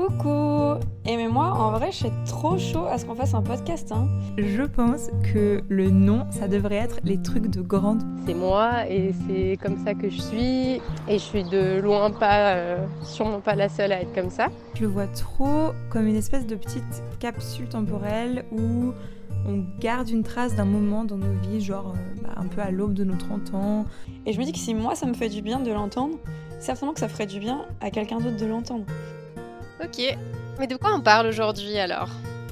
Coucou! Et mais moi, en vrai, je suis trop chaud à ce qu'on fasse un podcast. Je pense que le nom, ça devrait être les trucs de grande. C'est moi et c'est comme ça que je suis. Et je suis de loin sûrement pas la seule à être comme ça. Je le vois trop comme une espèce de petite capsule temporelle où on garde une trace d'un moment dans nos vies, genre un peu à l'aube de nos 30 ans. Et je me dis que si moi, ça me fait du bien de l'entendre, certainement que ça ferait du bien à quelqu'un d'autre de l'entendre. Ok, mais de quoi on parle aujourd'hui alors ?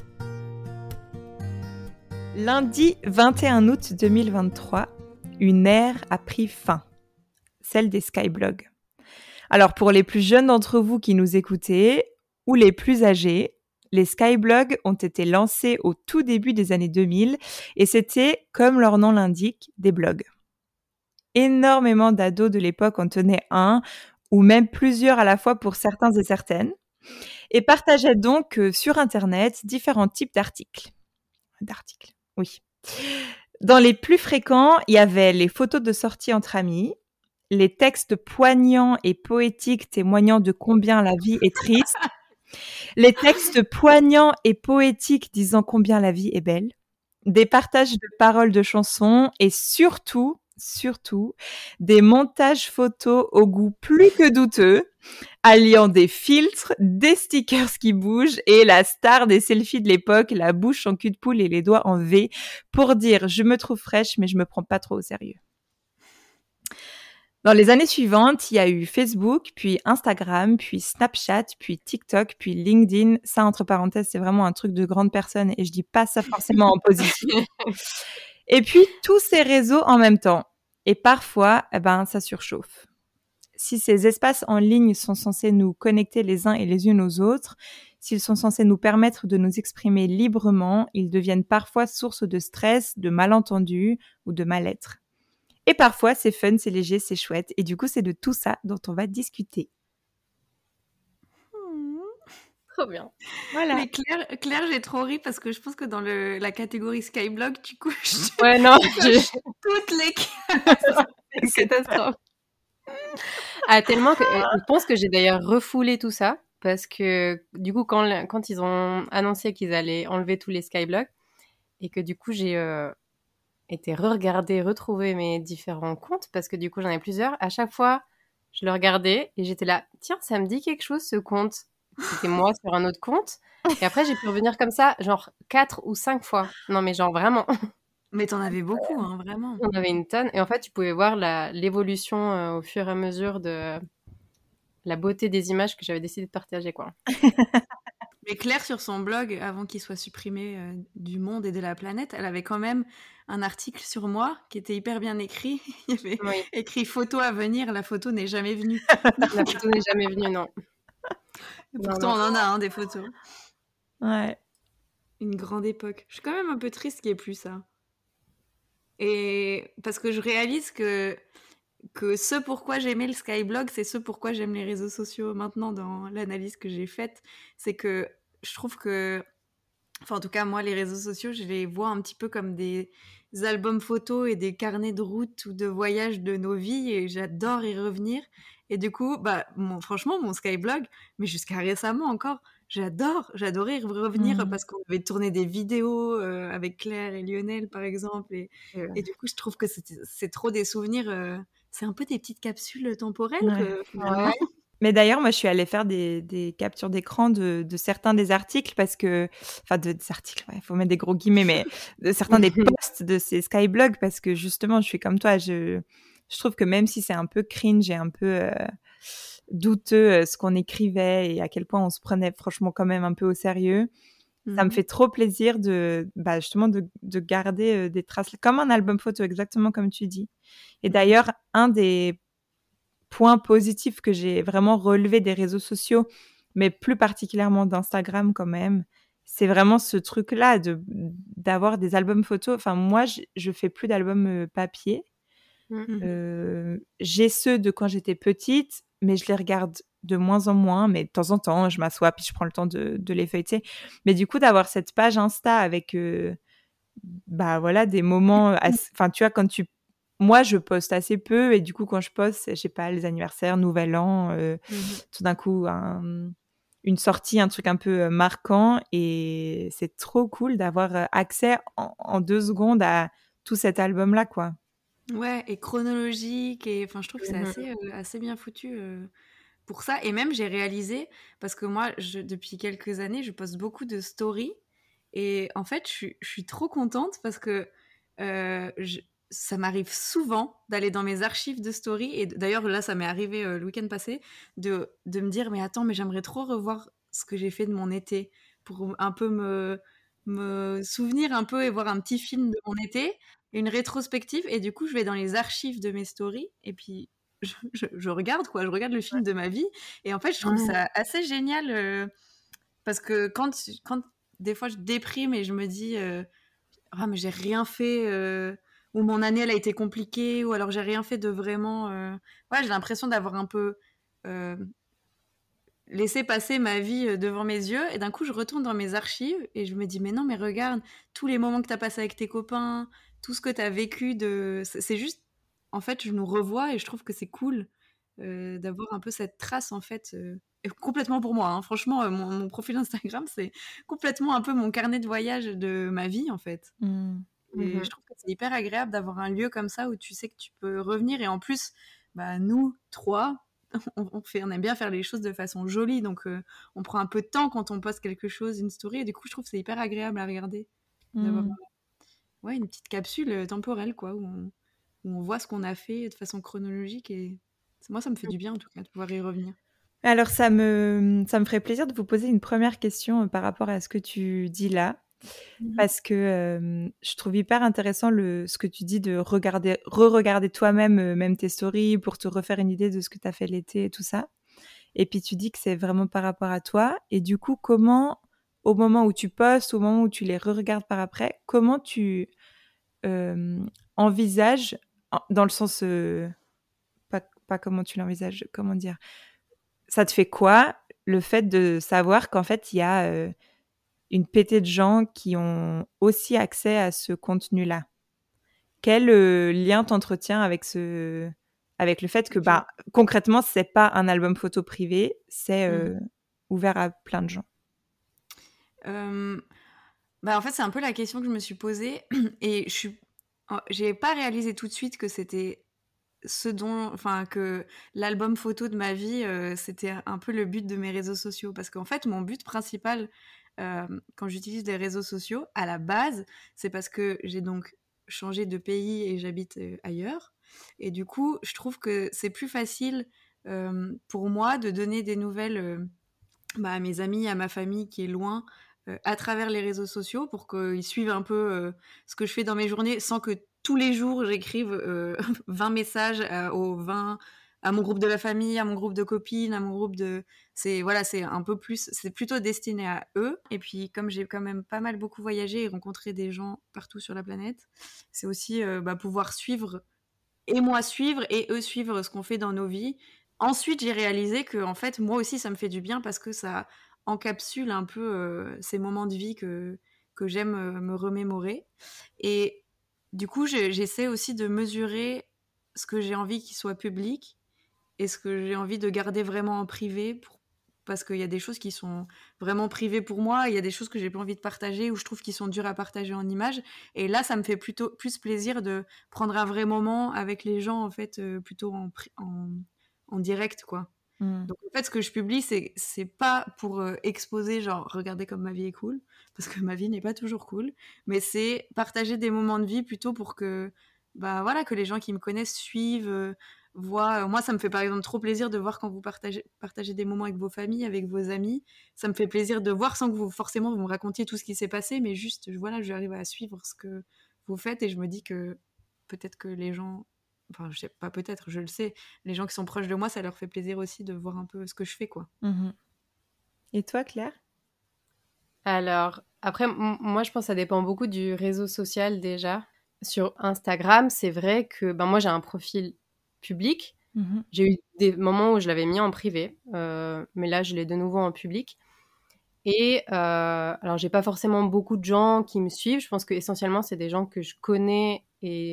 Lundi 21 août 2023, une ère a pris fin, celle des skyblogs. Alors pour les plus jeunes d'entre vous qui nous écoutez, ou les plus âgés, les skyblogs ont été lancés au tout début des années 2000 et c'était, comme leur nom l'indique, des blogs. Énormément d'ados de l'époque en tenaient un, ou même plusieurs à la fois pour certains et certaines, et partageaient donc sur Internet différents types d'articles. Oui. Dans les plus fréquents, il y avait les photos de sorties entre amis, les textes poignants et poétiques témoignant de combien la vie est triste, les textes poignants et poétiques disant combien la vie est belle, des partages de paroles de chansons et surtout, des montages photos au goût plus que douteux, alliant des filtres, des stickers qui bougent et la star des selfies de l'époque, la bouche en cul de poule et les doigts en V, pour dire « je me trouve fraîche mais je me prends pas trop au sérieux ». Dans les années suivantes, il y a eu Facebook, puis Instagram, puis Snapchat, puis TikTok, puis LinkedIn. Ça, entre parenthèses, c'est vraiment un truc de grande personne et je dis pas ça forcément en positif. Et puis, tous ces réseaux en même temps. Et parfois, ça surchauffe. Si ces espaces en ligne sont censés nous connecter les uns et les unes aux autres, s'ils sont censés nous permettre de nous exprimer librement, ils deviennent parfois source de stress, de malentendus ou de mal-être. Et parfois, c'est fun, c'est léger, c'est chouette. Et du coup, c'est de tout ça dont on va discuter. Trop bien. Voilà. Mais Claire, j'ai trop ri parce que je pense que dans la catégorie Skyblog, tu couches ouais, non, toutes les cases. C'est une catastrophe. Tellement que je pense que j'ai d'ailleurs refoulé tout ça parce que du coup, quand ils ont annoncé qu'ils allaient enlever tous les skyblogs et que du coup, j'ai été retrouver mes différents comptes parce que du coup, j'en ai plusieurs. À chaque fois, je le regardais et j'étais là, tiens, ça me dit quelque chose ce compte. C'était moi sur un autre compte. Et après, j'ai pu revenir comme ça, genre 4 ou 5 fois. Non, mais genre vraiment. Mais t'en avais beaucoup, vraiment. On avait une tonne. Et en fait, tu pouvais voir l'évolution au fur et à mesure de la beauté des images que j'avais décidé de partager, quoi. Mais Claire, sur son blog, avant qu'il soit supprimé du monde et de la planète, elle avait quand même un article sur moi qui était hyper bien écrit. Il y avait écrit « Photo à venir », la photo n'est jamais venue. La photo n'est jamais venue, non. Et pourtant, on en a des photos. Ouais. Une grande époque. Je suis quand même un peu triste qu'il n'y ait plus ça. Et parce que je réalise que ce pourquoi j'aimais le Skyblog, c'est ce pourquoi j'aime les réseaux sociaux maintenant dans l'analyse que j'ai faite. C'est que je trouve que, enfin en tout cas moi les réseaux sociaux, je les vois un petit peu comme des albums photos et des carnets de route ou de voyage de nos vies et j'adore y revenir. Et du coup, franchement, mon Skyblog, mais jusqu'à récemment encore, j'adorais y revenir parce qu'on avait tourné des vidéos avec Claire et Lionel par exemple. Et du coup, je trouve que c'est trop des souvenirs... C'est un peu des petites capsules temporelles finalement. Ouais. Mais d'ailleurs, moi, je suis allée faire des captures d'écran de certains des articles parce que... Enfin, des articles, il faut mettre des gros guillemets, mais de certains des posts de ces skyblogs parce que justement, je suis comme toi, je trouve que même si c'est un peu cringe et un peu douteux ce qu'on écrivait et à quel point on se prenait franchement quand même un peu au sérieux, ça me fait trop plaisir justement de garder des traces, comme un album photo, exactement comme tu dis. Et d'ailleurs, un des points positifs que j'ai vraiment relevé des réseaux sociaux, mais plus particulièrement d'Instagram quand même, c'est vraiment ce truc-là d'avoir des albums photos. Enfin, moi, je fais plus d'albums papier. J'ai ceux de quand j'étais petite, mais je les regarde de moins en moins, mais de temps en temps, je m'assois puis je prends le temps de les feuilleter. Mais du coup, d'avoir cette page Insta avec des moments... Enfin, tu vois, moi, je poste assez peu et du coup, quand je poste, je sais pas, les anniversaires, Nouvel An, tout d'un coup, une sortie, un truc un peu marquant, et c'est trop cool d'avoir accès en 2 secondes à tout cet album-là, quoi. Ouais, et chronologique, et enfin, je trouve que c'est Mhm. assez bien foutu pour ça. Et même, j'ai réalisé, parce que moi, depuis quelques années, je poste beaucoup de stories. Et en fait, je suis trop contente parce que euh, je- ça m'arrive souvent d'aller dans mes archives de stories. Et d'ailleurs, là, ça m'est arrivé le week-end passé, de me dire, mais attends, mais j'aimerais trop revoir ce que j'ai fait de mon été pour un peu me souvenir un peu et voir un petit film de mon été, une rétrospective. Et du coup, je vais dans les archives de mes stories et puis je regarde quoi, je regarde le film de ma vie. Et en fait, je trouve Mhm. ça assez génial parce que quand des fois je déprime et je me dis ah mais j'ai rien fait ou mon année elle a été compliquée ou alors j'ai rien fait de vraiment ouais, j'ai l'impression d'avoir un peu euh, laissé passer ma vie devant mes yeux et d'un coup je retourne dans mes archives et je me dis mais non mais regarde tous les moments que tu as passé avec tes copains, tout ce que tu as vécu de c'est juste en fait je nous revois et je trouve que c'est cool d'avoir un peu cette trace en fait et complètement pour moi hein. Franchement mon profil Instagram c'est complètement un peu mon carnet de voyage de ma vie en fait Mm. et je Mhm. trouve que c'est hyper agréable d'avoir un lieu comme ça où tu sais que tu peux revenir et en plus bah, nous trois on aime bien faire les choses de façon jolie donc on prend un peu de temps quand on poste quelque chose une story et du coup je trouve que c'est hyper agréable à regarder d'avoir Mm. ouais, une petite capsule temporelle quoi où on voit ce qu'on a fait de façon chronologique et moi ça me fait du bien en tout cas de pouvoir y revenir. Alors ça me ferait plaisir de vous poser une première question, par rapport à ce que tu dis là. Mhm. Parce que, je trouve hyper intéressant ce que tu dis de re-regarder toi-même, même tes stories pour te refaire une idée de ce que tu as fait l'été et tout ça. Et puis tu dis que c'est vraiment par rapport à toi et du coup, comment, au moment où tu postes, au moment où tu les re-regardes par après, comment tu, envisages dans le sens, pas comment tu l'envisages, comment dire? Ça te fait quoi, le fait de savoir qu'en fait, il y a, une pétée de gens qui ont aussi accès à ce contenu-là? Quel lien t'entretiens avec le fait que Ok. bah, concrètement, c'est pas un album photo privé, c'est Mhm. ouvert à plein de gens? Euh, Bah, en fait, c'est un peu la question que je me suis posée et j'ai pas réalisé tout de suite que c'était enfin, que l'album photo de ma vie, c'était un peu le but de mes réseaux sociaux. Parce qu'en fait, mon but principal, quand j'utilise les réseaux sociaux, à la base, c'est parce que j'ai donc changé de pays et j'habite ailleurs. Et du coup, je trouve que c'est plus facile pour moi de donner des nouvelles bah, à mes amis, à ma famille qui est loin, à travers les réseaux sociaux pour qu'ils suivent un peu ce que je fais dans mes journées sans que tous les jours j'écrive 20 messages à mon groupe de la famille, à mon groupe de copines, à mon groupe de... C'est voilà, c'est un peu plus, c'est plutôt destiné à eux. Et puis comme j'ai quand même pas mal beaucoup voyagé et rencontré des gens partout sur la planète, c'est aussi bah, pouvoir suivre et moi suivre et eux suivre ce qu'on fait dans nos vies. Ensuite, j'ai réalisé que en fait, moi aussi, ça me fait du bien parce que ça encapsule un peu ces moments de vie que j'aime me remémorer. Et du coup, j'essaie aussi de mesurer ce que j'ai envie qu'il soit public et ce que j'ai envie de garder vraiment en privé parce qu'il y a des choses qui sont vraiment privées pour moi, il y a des choses que j'ai pas envie de partager ou je trouve qu'ils sont durs à partager en images. Et là, ça me fait plutôt plus plaisir de prendre un vrai moment avec les gens, en fait, plutôt en direct, quoi. Mmh. Donc en fait, ce que je publie, c'est pas pour exposer, genre, regardez comme ma vie est cool, parce que ma vie n'est pas toujours cool, mais c'est partager des moments de vie plutôt pour que, bah voilà, que les gens qui me connaissent suivent, voient. Moi, ça me fait par exemple trop plaisir de voir quand vous partagez des moments avec vos familles, avec vos amis. Ça me fait plaisir de voir sans que vous forcément vous me racontiez tout ce qui s'est passé, mais juste, voilà, j'arrive à suivre ce que vous faites et je me dis que peut-être que les gens, enfin, je sais pas, peut-être, je le sais, les gens qui sont proches de moi, ça leur fait plaisir aussi de voir un peu ce que je fais, quoi. Mmh. Et toi, Claire? Alors, après, moi, je pense que ça dépend beaucoup du réseau social déjà. Sur Instagram, c'est vrai que ben, moi, j'ai un profil public. Mmh. J'ai eu des moments où je l'avais mis en privé, mais là, je l'ai de nouveau en public. Et alors, j'ai pas forcément beaucoup de gens qui me suivent. Je pense que essentiellement, c'est des gens que je connais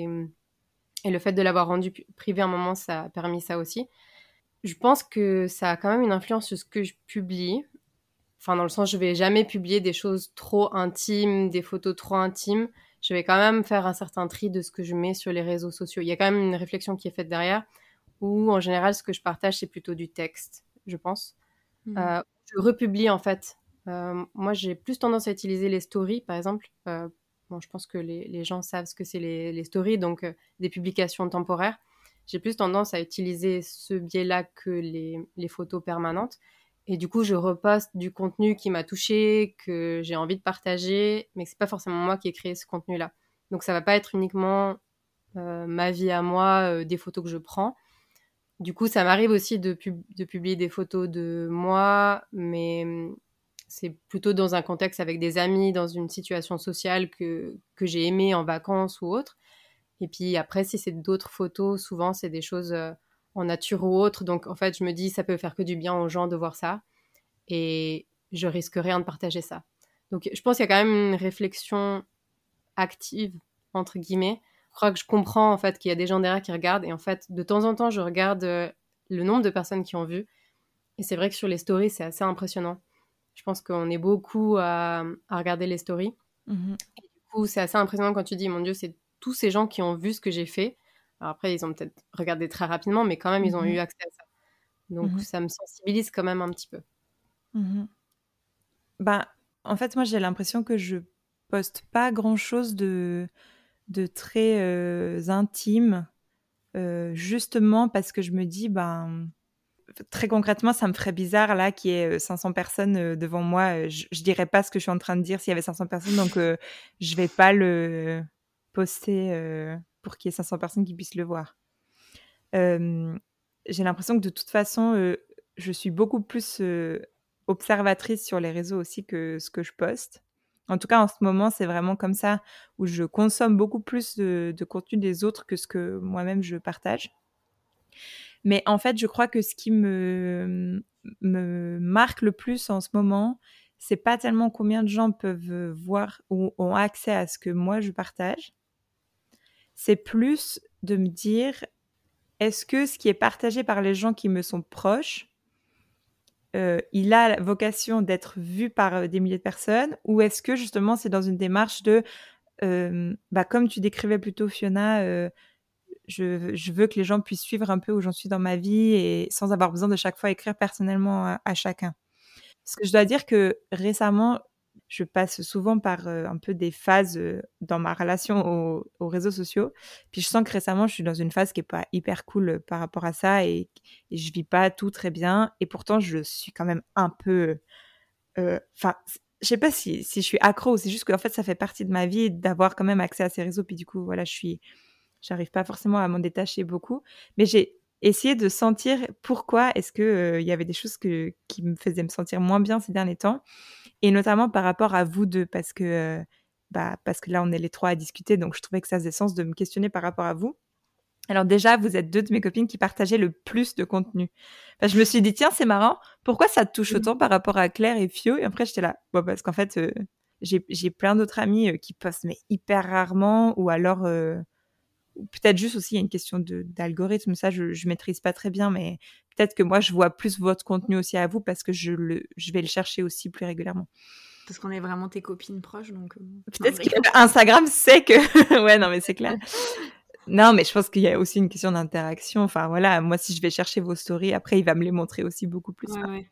et le fait de l'avoir rendu privé à un moment, ça a permis ça aussi. Je pense que ça a quand même une influence sur ce que je publie. Enfin, dans le sens, je vais jamais publier des choses trop intimes, des photos trop intimes. Je vais quand même faire un certain tri de ce que je mets sur les réseaux sociaux. Il y a quand même une réflexion qui est faite derrière, où en général, ce que je partage, c'est plutôt du texte, je pense. Je republie en fait. Moi, j'ai plus tendance à utiliser les stories, par exemple. Bon, je pense que les gens savent ce que c'est les stories, donc des publications temporaires. J'ai plus tendance à utiliser ce biais-là que les photos permanentes. Et du coup, je reposte du contenu qui m'a touchée, que j'ai envie de partager, mais que c'est pas forcément moi qui ai créé ce contenu-là. Donc, ça va pas être uniquement ma vie à moi, des photos que je prends. Du coup, ça m'arrive aussi de publier des photos de moi, mais c'est plutôt dans un contexte avec des amis, dans une situation sociale que j'ai aimée en vacances ou autre. Et puis après, si c'est d'autres photos, souvent, c'est des choses en nature ou autre. Donc, en fait, je me dis, ça peut faire que du bien aux gens de voir ça. Et je risque rien de partager ça. Donc, je pense qu'il y a quand même une réflexion active, entre guillemets. Je crois que je comprends, en fait, qu'il y a des gens derrière qui regardent. Et en fait, de temps en temps, je regarde le nombre de personnes qui ont vu. Et c'est vrai que sur les stories, c'est assez impressionnant. Je pense qu'on est beaucoup à regarder les stories. Et du coup, c'est assez impressionnant quand tu dis, mon Dieu, c'est tous ces gens qui ont vu ce que j'ai fait. Alors après, ils ont peut-être regardé très rapidement, mais quand même, ils ont eu accès à ça. Donc, ça me sensibilise quand même un petit peu. Bah, en fait, moi, j'ai l'impression que je poste pas grand-chose de très intime, justement parce que je me dis, très concrètement, ça me ferait bizarre là qu'il y ait 500 personnes devant moi. Je dirais pas ce que je suis en train de dire s'il y avait 500 personnes, donc je vais pas le poster pour qu'il y ait 500 personnes qui puissent le voir. J'ai l'impression que de toute façon, je suis beaucoup plus observatrice sur les réseaux aussi que ce que je poste. En tout cas, en ce moment, c'est vraiment comme ça, où je consomme beaucoup plus de contenu des autres que ce que moi-même je partage. Mais en fait, je crois que ce qui me marque le plus en ce moment, c'est pas tellement combien de gens peuvent voir ou ont accès à ce que moi je partage. C'est plus de me dire, est-ce que ce qui est partagé par les gens qui me sont proches, il a la vocation d'être vu par des milliers de personnes, ou est-ce que justement c'est dans une démarche de, comme tu décrivais plutôt Fiona, je veux que les gens puissent suivre un peu où j'en suis dans ma vie et sans avoir besoin de chaque fois écrire personnellement à chacun. Parce que je dois dire que récemment, je passe souvent par un peu des phases dans ma relation aux réseaux sociaux. Puis je sens que récemment, je suis dans une phase qui est pas hyper cool par rapport à ça et je vis pas tout très bien. Et pourtant, je suis quand même un peu... Enfin, je sais pas si je suis accro ou c'est juste qu'en fait, ça fait partie de ma vie d'avoir quand même accès à ces réseaux. Puis du coup, voilà, j'arrive pas forcément à m'en détacher beaucoup. Mais j'ai essayé de sentir pourquoi est-ce que y avait des choses qui me faisaient me sentir moins bien ces derniers temps. Et notamment par rapport à vous deux, parce que là, on est les trois à discuter, donc je trouvais que ça faisait sens de me questionner par rapport à vous. Alors déjà, vous êtes deux de mes copines qui partageaient le plus de contenu. Enfin, je me suis dit, tiens, c'est marrant, pourquoi ça te touche autant par rapport à Claire et Fio? Et après, j'étais là, parce qu'en fait, j'ai plein d'autres amis qui postent, mais hyper rarement, ou alors... peut-être juste aussi, il y a une question d'algorithme, ça, je maîtrise pas très bien, mais peut-être que moi, je vois plus votre contenu aussi à vous parce que je vais le chercher aussi plus régulièrement. Parce qu'on est vraiment tes copines proches, donc... Peut-être que Instagram sait que... Ouais, non, mais c'est clair. Non, mais je pense qu'il y a aussi une question d'interaction. Enfin, voilà, moi, si je vais chercher vos stories, après, il va me les montrer aussi beaucoup plus. Ouais.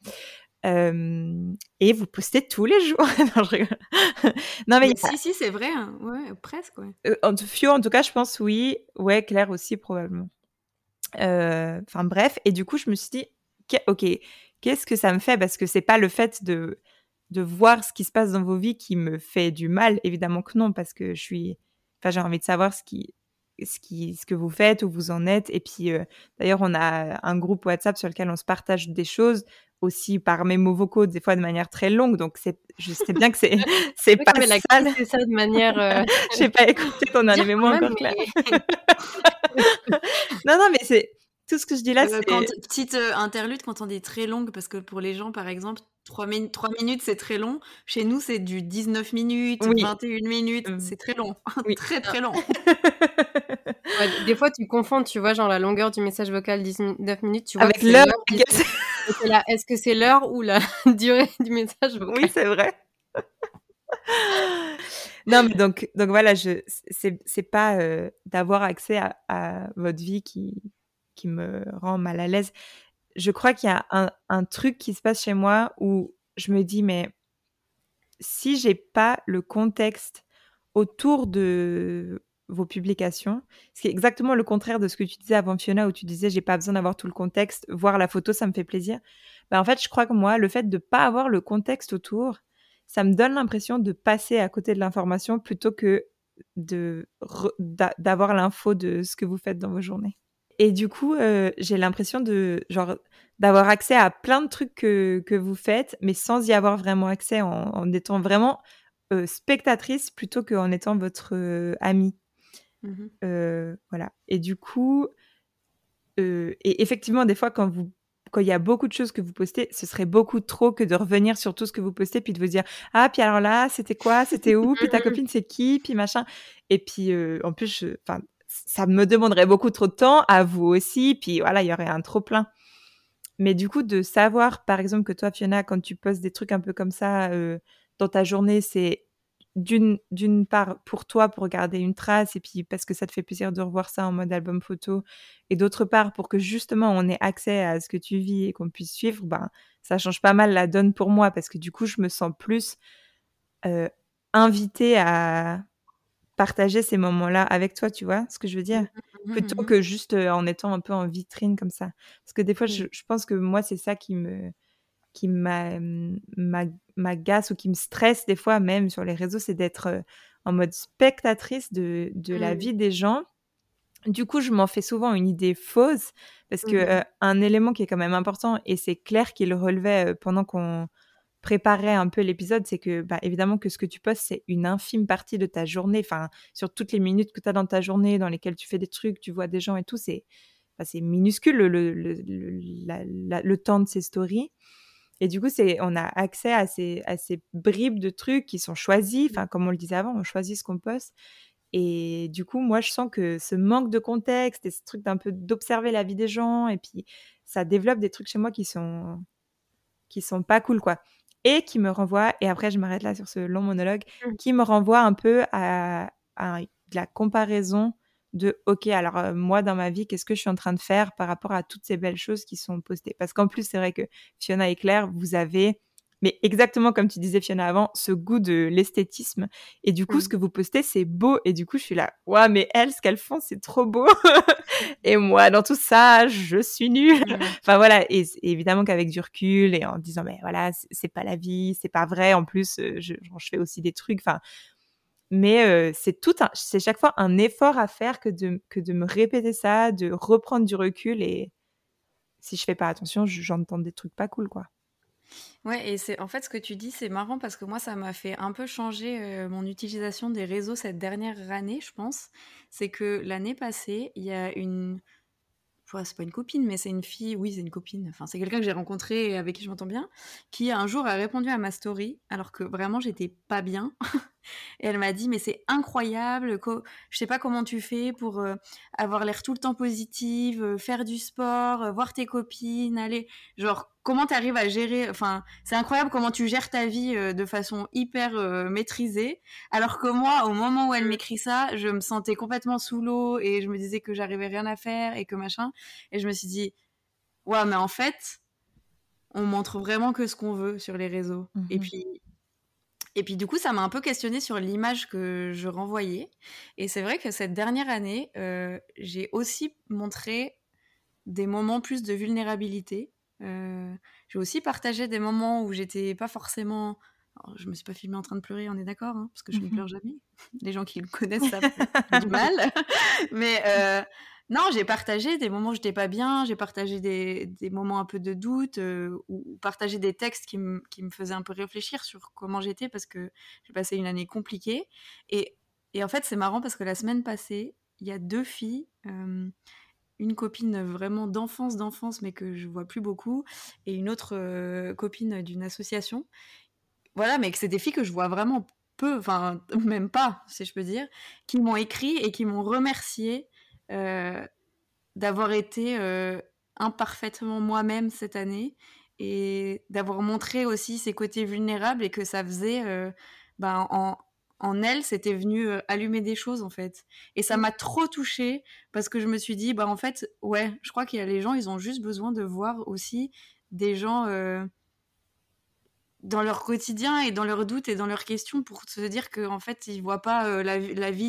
Et vous postez tous les jours. Non, je rigole. Non, mais si, c'est vrai. Hein. Ouais, presque, ouais. Fio, en tout cas, je pense oui. Ouais, Claire aussi, probablement. Enfin, bref. Et du coup, je me suis dit, OK, qu'est-ce que ça me fait? Parce que c'est pas le fait de voir ce qui se passe dans vos vies qui me fait du mal. Évidemment que non, parce que j'ai envie de savoir ce que vous faites, où vous en êtes. Et puis, d'ailleurs, on a un groupe WhatsApp sur lequel on se partage des choses aussi par mes mots vocaux, des fois de manière très longue. Donc, je sais bien que c'est pas ça. C'est ça de manière... J'ai pas écouté ton dernier mémo encore, Claire. Non, mais c'est... Tout ce que je dis là, c'est... Petite interlude quand on dit très longue, parce que pour les gens, par exemple, 3 minutes, c'est très long. Chez nous, c'est du 19 minutes, oui. 21 minutes. C'est très long. Oui. Très, très long. Ouais, des fois, tu confonds, tu vois, genre la longueur du message vocal 19 minutes, tu vois avec l'heure. Est-ce que c'est l'heure ou la durée du message vocal? Oui, c'est vrai. Non, mais donc voilà, c'est pas d'avoir accès à votre vie qui me rend mal à l'aise. Je crois qu'il y a un truc qui se passe chez moi où je me dis, mais si j'ai pas le contexte autour de vos publications, ce qui est exactement le contraire de ce que tu disais avant, Fiona, où tu disais j'ai pas besoin d'avoir tout le contexte, voir la photo, ça me fait plaisir. En fait, je crois que moi, le fait de pas avoir le contexte autour, ça me donne l'impression de passer à côté de l'information plutôt que d'avoir l'info de ce que vous faites dans vos journées. Et du coup, j'ai l'impression d'avoir accès à plein de trucs que vous faites, mais sans y avoir vraiment accès, en étant vraiment spectatrice plutôt qu'en étant votre amie. Voilà. Et du coup, et effectivement, des fois, quand il y a beaucoup de choses que vous postez, ce serait beaucoup trop que de revenir sur tout ce que vous postez, puis de vous dire ah, puis alors là, c'était quoi, c'était où, puis ta copine c'est qui, puis machin. Et puis en plus, ça me demanderait beaucoup trop de temps, à vous aussi, puis voilà, il y aurait un trop plein. Mais du coup, de savoir, par exemple, que toi, Fiona, quand tu postes des trucs un peu comme ça dans ta journée, c'est d'une part pour toi, pour garder une trace, et puis parce que ça te fait plaisir de revoir ça en mode album photo, et d'autre part pour que justement on ait accès à ce que tu vis et qu'on puisse suivre, ça change pas mal la donne pour moi, parce que du coup, je me sens plus invitée à partager ces moments-là avec toi, tu vois ce que je veux dire? Plutôt que juste en étant un peu en vitrine comme ça. Parce que des fois, je pense que moi, c'est ça qui m'agace ou qui me stresse des fois, même sur les réseaux, c'est d'être en mode spectatrice de la vie des gens. Du coup, je m'en fais souvent une idée fausse, parce que un élément qui est quand même important, et c'est Claire qui le relevait pendant qu'on préparait un peu l'épisode, c'est que évidemment que ce que tu postes, c'est une infime partie de ta journée. Enfin, sur toutes les minutes que tu as dans ta journée, dans lesquelles tu fais des trucs, tu vois des gens et tout, c'est minuscule le temps de ces stories. Et du coup, on a accès à ces bribes de trucs qui sont choisis. Enfin, comme on le disait avant, on choisit ce qu'on poste. Et du coup, moi, je sens que ce manque de contexte et ce truc d'un peu d'observer la vie des gens, et puis ça développe des trucs chez moi qui sont pas cool, quoi. Et qui me renvoie, et après je m'arrête là sur ce long monologue, qui me renvoie un peu à de la comparaison de ok, alors moi dans ma vie, qu'est-ce que je suis en train de faire par rapport à toutes ces belles choses qui sont postées. Parce qu'en plus, c'est vrai que Fiona et Claire, vous avez, mais exactement comme tu disais Fiona avant, ce goût de l'esthétisme, et du coup ce que vous postez, c'est beau, et du coup je suis là, ouais, mais elles, ce qu'elles font, c'est trop beau. Et moi, dans tout ça, je suis nulle. Enfin voilà, et évidemment qu'avec du recul et en disant mais voilà, c'est pas la vie, c'est pas vrai, en plus je fais aussi des trucs, enfin, mais c'est chaque fois un effort à faire que de me répéter ça, de reprendre du recul, et si je fais pas attention, j'entends des trucs pas cool, quoi. Ouais, et c'est en fait ce que tu dis, c'est marrant parce que moi, ça m'a fait un peu changer mon utilisation des réseaux cette dernière année, je pense. C'est que l'année passée, il y a une... Ouais, c'est pas une copine, mais c'est une fille, oui, c'est une copine, enfin, c'est quelqu'un que j'ai rencontré et avec qui je m'entends bien, qui un jour a répondu à ma story, alors que vraiment, j'étais pas bien. Et elle m'a dit, mais c'est incroyable, je sais pas comment tu fais pour avoir l'air tout le temps positive, faire du sport, voir tes copines, aller... Genre, comment t'arrives à gérer... Enfin, c'est incroyable comment tu gères ta vie de façon hyper maîtrisée. Alors que moi, au moment où elle m'écrit ça, je me sentais complètement sous l'eau et je me disais que j'arrivais rien à faire et que machin. Et je me suis dit, ouais, mais en fait, on montre vraiment que ce qu'on veut sur les réseaux. Et puis du coup, ça m'a un peu questionnée sur l'image que je renvoyais. Et c'est vrai que cette dernière année, j'ai aussi montré des moments plus de vulnérabilité. J'ai aussi partagé des moments où j'étais pas forcément... Alors, je me suis pas filmée en train de pleurer, on est d'accord, hein, parce que je ne pleure jamais. Les gens qui le connaissent savent que j'ai du mal. Mais non, j'ai partagé des moments où j'étais pas bien, j'ai partagé des moments un peu de doute, ou partagé des textes qui me faisaient un peu réfléchir sur comment j'étais, parce que j'ai passé une année compliquée. Et en fait, c'est marrant parce que la semaine passée, il y a 2 filles, une copine vraiment d'enfance, mais que je vois plus beaucoup, et une autre copine d'une association. Voilà, mais que c'est des filles que je vois vraiment peu, enfin même pas, si je peux dire, qui m'ont écrit et qui m'ont remercié d'avoir été imparfaitement moi-même cette année et d'avoir montré aussi ses côtés vulnérables et que ça faisait, en elle, c'était venu allumer des choses en fait. Et ça m'a trop touchée parce que je me suis dit, en fait, ouais, je crois qu'il y a les gens, ils ont juste besoin de voir aussi des gens dans leur quotidien et dans leurs doutes et dans leurs questions pour se dire qu'en fait, ils voient pas la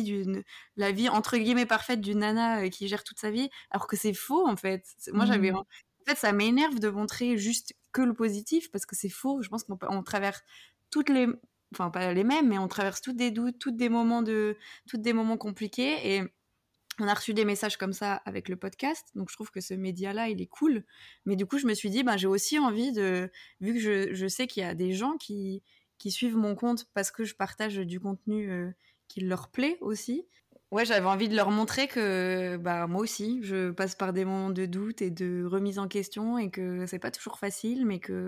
vie entre guillemets parfaite d'une nana qui gère toute sa vie, alors que c'est faux en fait. Moi, en fait, ça m'énerve de montrer juste que le positif parce que c'est faux. Je pense qu'on traverse toutes les, enfin pas les mêmes, mais on traverse toutes des doutes, toutes des moments compliqués et on a reçu des messages comme ça avec le podcast, donc je trouve que ce média-là, il est cool. Mais du coup, je me suis dit, j'ai aussi envie de... Vu que je sais qu'il y a des gens qui suivent mon compte parce que je partage du contenu qui leur plaît aussi, ouais, j'avais envie de leur montrer que moi aussi, je passe par des moments de doute et de remise en question et que c'est pas toujours facile,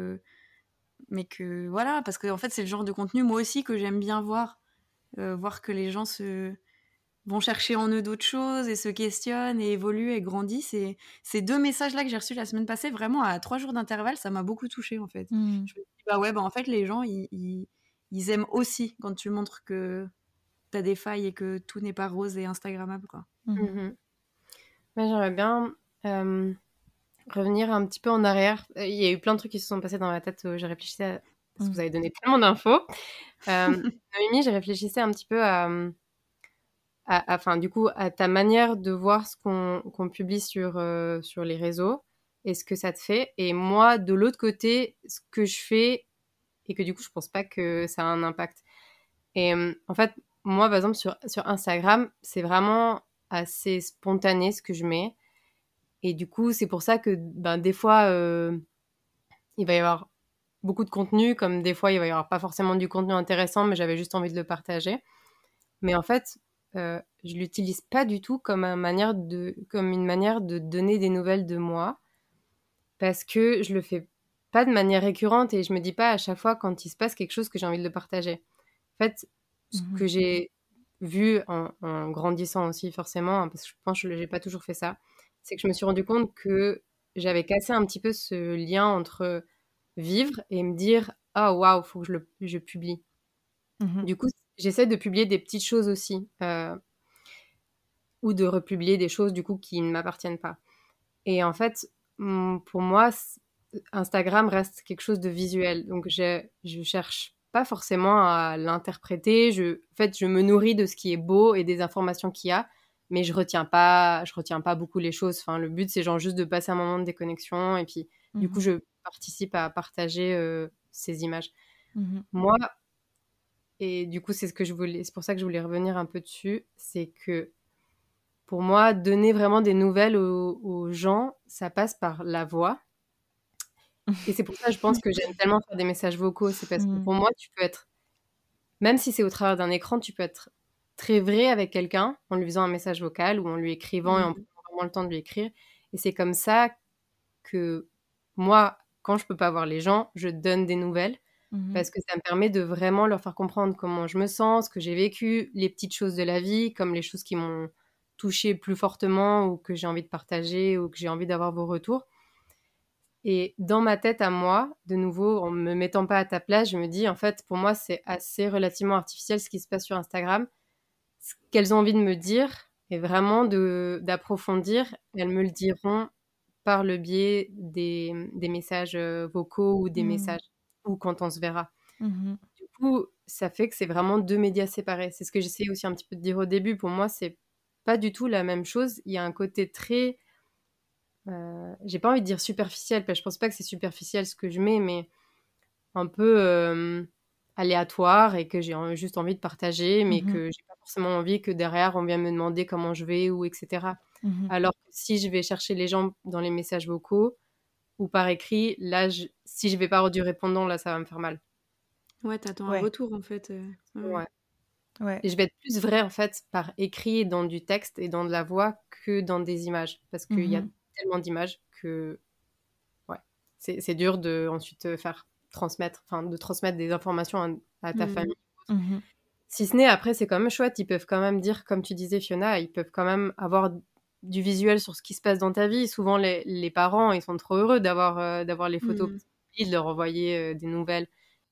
mais que voilà, parce que en fait, c'est le genre de contenu, moi aussi, que j'aime bien voir que les gens vont chercher en eux d'autres choses et se questionnent et évoluent et grandissent. Et ces 2 messages-là que j'ai reçus la semaine passée, vraiment à 3 jours d'intervalle, ça m'a beaucoup touchée en fait. Je me suis dit, ouais, en fait, les gens, ils aiment aussi quand tu montres que t'as des failles et que tout n'est pas rose et instagrammable, quoi. Moi, j'aimerais bien revenir un petit peu en arrière. Il y a eu plein de trucs qui se sont passés dans ma tête où je réfléchissais parce que vous avez donné tellement d'infos. Noémie, je réfléchissais un petit peu enfin, du coup, à ta manière de voir ce qu'on publie sur les réseaux et ce que ça te fait. Et moi, de l'autre côté, ce que je fais et que du coup, je pense pas que ça a un impact. Et en fait, moi, par exemple, sur Instagram, c'est vraiment assez spontané ce que je mets. Et du coup, c'est pour ça que des fois, il va y avoir beaucoup de contenu, comme des fois, il va y avoir pas forcément du contenu intéressant, mais j'avais juste envie de le partager. Mais en fait, je l'utilise pas du tout comme une manière de donner des nouvelles de moi, parce que je le fais pas de manière récurrente et je me dis pas à chaque fois quand il se passe quelque chose que j'ai envie de le partager. En fait, ce que j'ai vu en grandissant aussi forcément, parce que je pense que j'ai pas toujours fait ça, c'est que je me suis rendu compte que j'avais cassé un petit peu ce lien entre vivre et me dire ah waouh, faut que je publie. Du coup, j'essaie de publier des petites choses aussi, ou de republier des choses du coup qui ne m'appartiennent pas. Et en fait, pour moi, Instagram reste quelque chose de visuel. Donc je cherche pas forcément à l'interpréter. En fait, je me nourris de ce qui est beau et des informations qu'il y a, mais je retiens pas beaucoup les choses. Enfin, le but c'est genre juste de passer un moment de déconnexion et puis du coup je participe à partager ces images. Moi, et du coup c'est pour ça que je voulais revenir un peu dessus, c'est que pour moi, donner vraiment des nouvelles aux gens, ça passe par la voix. Et c'est pour ça, je pense que j'aime tellement faire des messages vocaux. C'est parce que pour moi, tu peux être, même si c'est au travers d'un écran, tu peux être très vrai avec quelqu'un en lui faisant un message vocal ou en lui écrivant et en prenant vraiment le temps de lui écrire. Et c'est comme ça que moi, quand je peux pas voir les gens, je donne des nouvelles parce que ça me permet de vraiment leur faire comprendre comment je me sens, ce que j'ai vécu, les petites choses de la vie, comme les choses qui m'ont touché plus fortement ou que j'ai envie de partager ou que j'ai envie d'avoir vos retours. Et dans ma tête à moi, de nouveau, en me mettant pas à ta place, je me dis, en fait, pour moi, c'est assez relativement artificiel ce qui se passe sur Instagram. Ce qu'elles ont envie de me dire et vraiment d'approfondir, elles me le diront par le biais des messages vocaux ou des messages ou quand on se verra. Du coup, ça fait que c'est vraiment 2 médias séparés. C'est ce que j'essayais aussi un petit peu de dire au début. Pour moi, c'est pas du tout la même chose. Il y a un côté très... j'ai pas envie de dire superficiel, parce que je pense pas que c'est superficiel ce que je mets, mais un peu aléatoire et que j'ai juste envie de partager, mais que j'ai pas forcément envie que derrière on vienne me demander comment je vais ou etc. Alors que si je vais chercher les gens dans les messages vocaux ou par écrit, là, si je vais pas avoir du répondant, là, ça va me faire mal. Ouais, t'attends un retour en fait. Ouais. Et je vais être plus vraie en fait par écrit, dans du texte et dans de la voix que dans des images, parce qu'il y a tellement d'images que c'est dur de ensuite transmettre des informations à ta famille. Si ce n'est, après, c'est quand même chouette, ils peuvent quand même dire, comme tu disais Fiona, ils peuvent quand même avoir du visuel sur ce qui se passe dans ta vie. Souvent, les parents, ils sont trop heureux d'avoir les photos, de leur envoyer des nouvelles.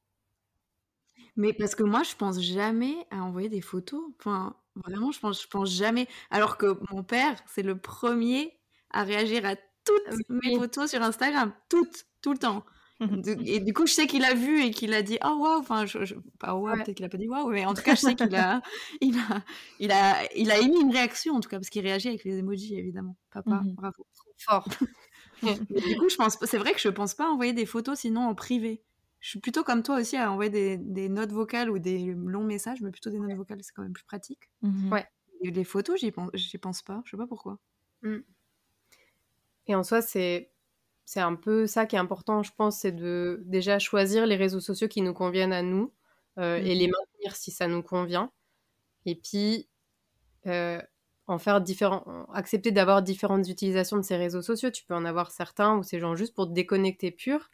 Mais parce que moi, je pense jamais à envoyer des photos. Enfin, vraiment, je pense jamais. Alors que mon père, c'est le premier à réagir à toutes mes photos sur Instagram. Toutes, tout le temps. Et du coup, je sais qu'il a vu et qu'il a dit oh waouh. Enfin, pas waouh, peut-être qu'il a pas dit waouh, mais en tout cas, je sais qu'il a, il a émis une réaction en tout cas parce qu'il réagit avec les emojis évidemment. Papa, bravo. Trop fort. Mais du coup, c'est vrai que je pense pas envoyer des photos sinon en privé. Je suis plutôt comme toi aussi à envoyer des notes vocales ou des longs messages, mais plutôt des notes vocales, c'est quand même plus pratique. Ouais. Et les photos, j'y pense pas. Je sais pas pourquoi. Et en soi, c'est un peu ça qui est important, je pense, c'est de déjà choisir les réseaux sociaux qui nous conviennent à nous et les maintenir si ça nous convient. Et puis, en faire accepter d'avoir différentes utilisations de ces réseaux sociaux. Tu peux en avoir certains où c'est genre juste pour te déconnecter pur.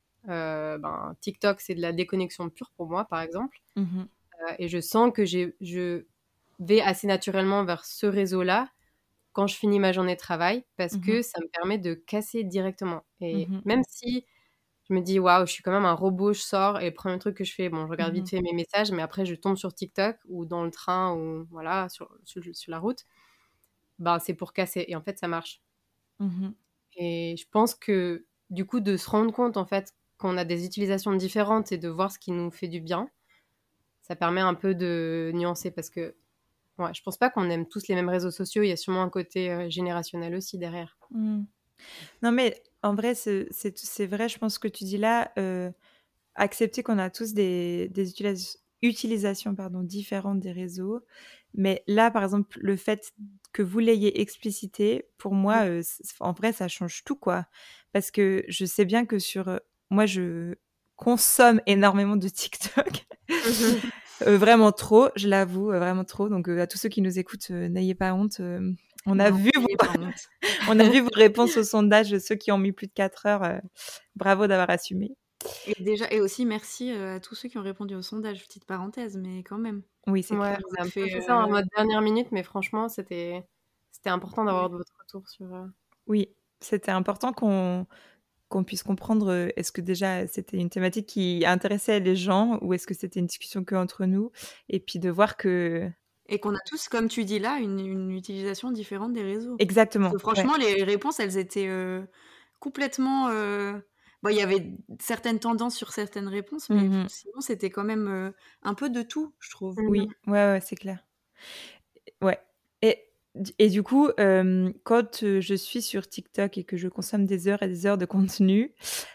TikTok, c'est de la déconnexion pure pour moi, par exemple. Et je sens que je vais assez naturellement vers ce réseau-là quand je finis ma journée de travail parce que ça me permet de casser directement. Et même si je me dis, waouh, je suis quand même un robot, je sors et le premier truc que je fais, bon, je regarde vite fait mes messages, mais après, je tombe sur TikTok ou dans le train ou voilà, sur la route. C'est pour casser. Et en fait, ça marche. Et je pense que du coup, de se rendre compte en fait qu'on a des utilisations différentes et de voir ce qui nous fait du bien, ça permet un peu de nuancer parce que je pense pas qu'on aime tous les mêmes réseaux sociaux. Il y a sûrement un côté générationnel aussi derrière. Non, mais en vrai, c'est vrai, je pense ce que tu dis là. Accepter qu'on a tous des utilisations différentes des réseaux. Mais là, par exemple, le fait que vous l'ayez explicité, pour moi, en vrai, ça change tout, quoi. Parce que je sais bien que moi, je consomme énormément de TikTok. Vraiment trop, je l'avoue, vraiment trop. Donc, à tous ceux qui nous écoutent, n'ayez pas honte. On a vu vos réponses au sondage, ceux qui ont mis plus de 4 heures. Bravo d'avoir assumé. Et aussi merci à tous ceux qui ont répondu au sondage, petite parenthèse, mais quand même. Oui, c'est clair. On a fait ça en mode dernière minute, mais franchement, c'était important d'avoir votre retour sur... Oui, c'était important qu'on puisse comprendre, est-ce que déjà c'était une thématique qui intéressait les gens ou est-ce que c'était une discussion qu'entre nous, et puis de voir que... Et qu'on a tous, comme tu dis là, une utilisation différente des réseaux. Exactement. Parce que franchement, les réponses, elles étaient complètement... il y avait certaines tendances sur certaines réponses, mais sinon, c'était quand même un peu de tout, je trouve. Oui, ouais, c'est clair. Ouais. Et du coup, quand je suis sur TikTok et que je consomme des heures et des heures de contenu,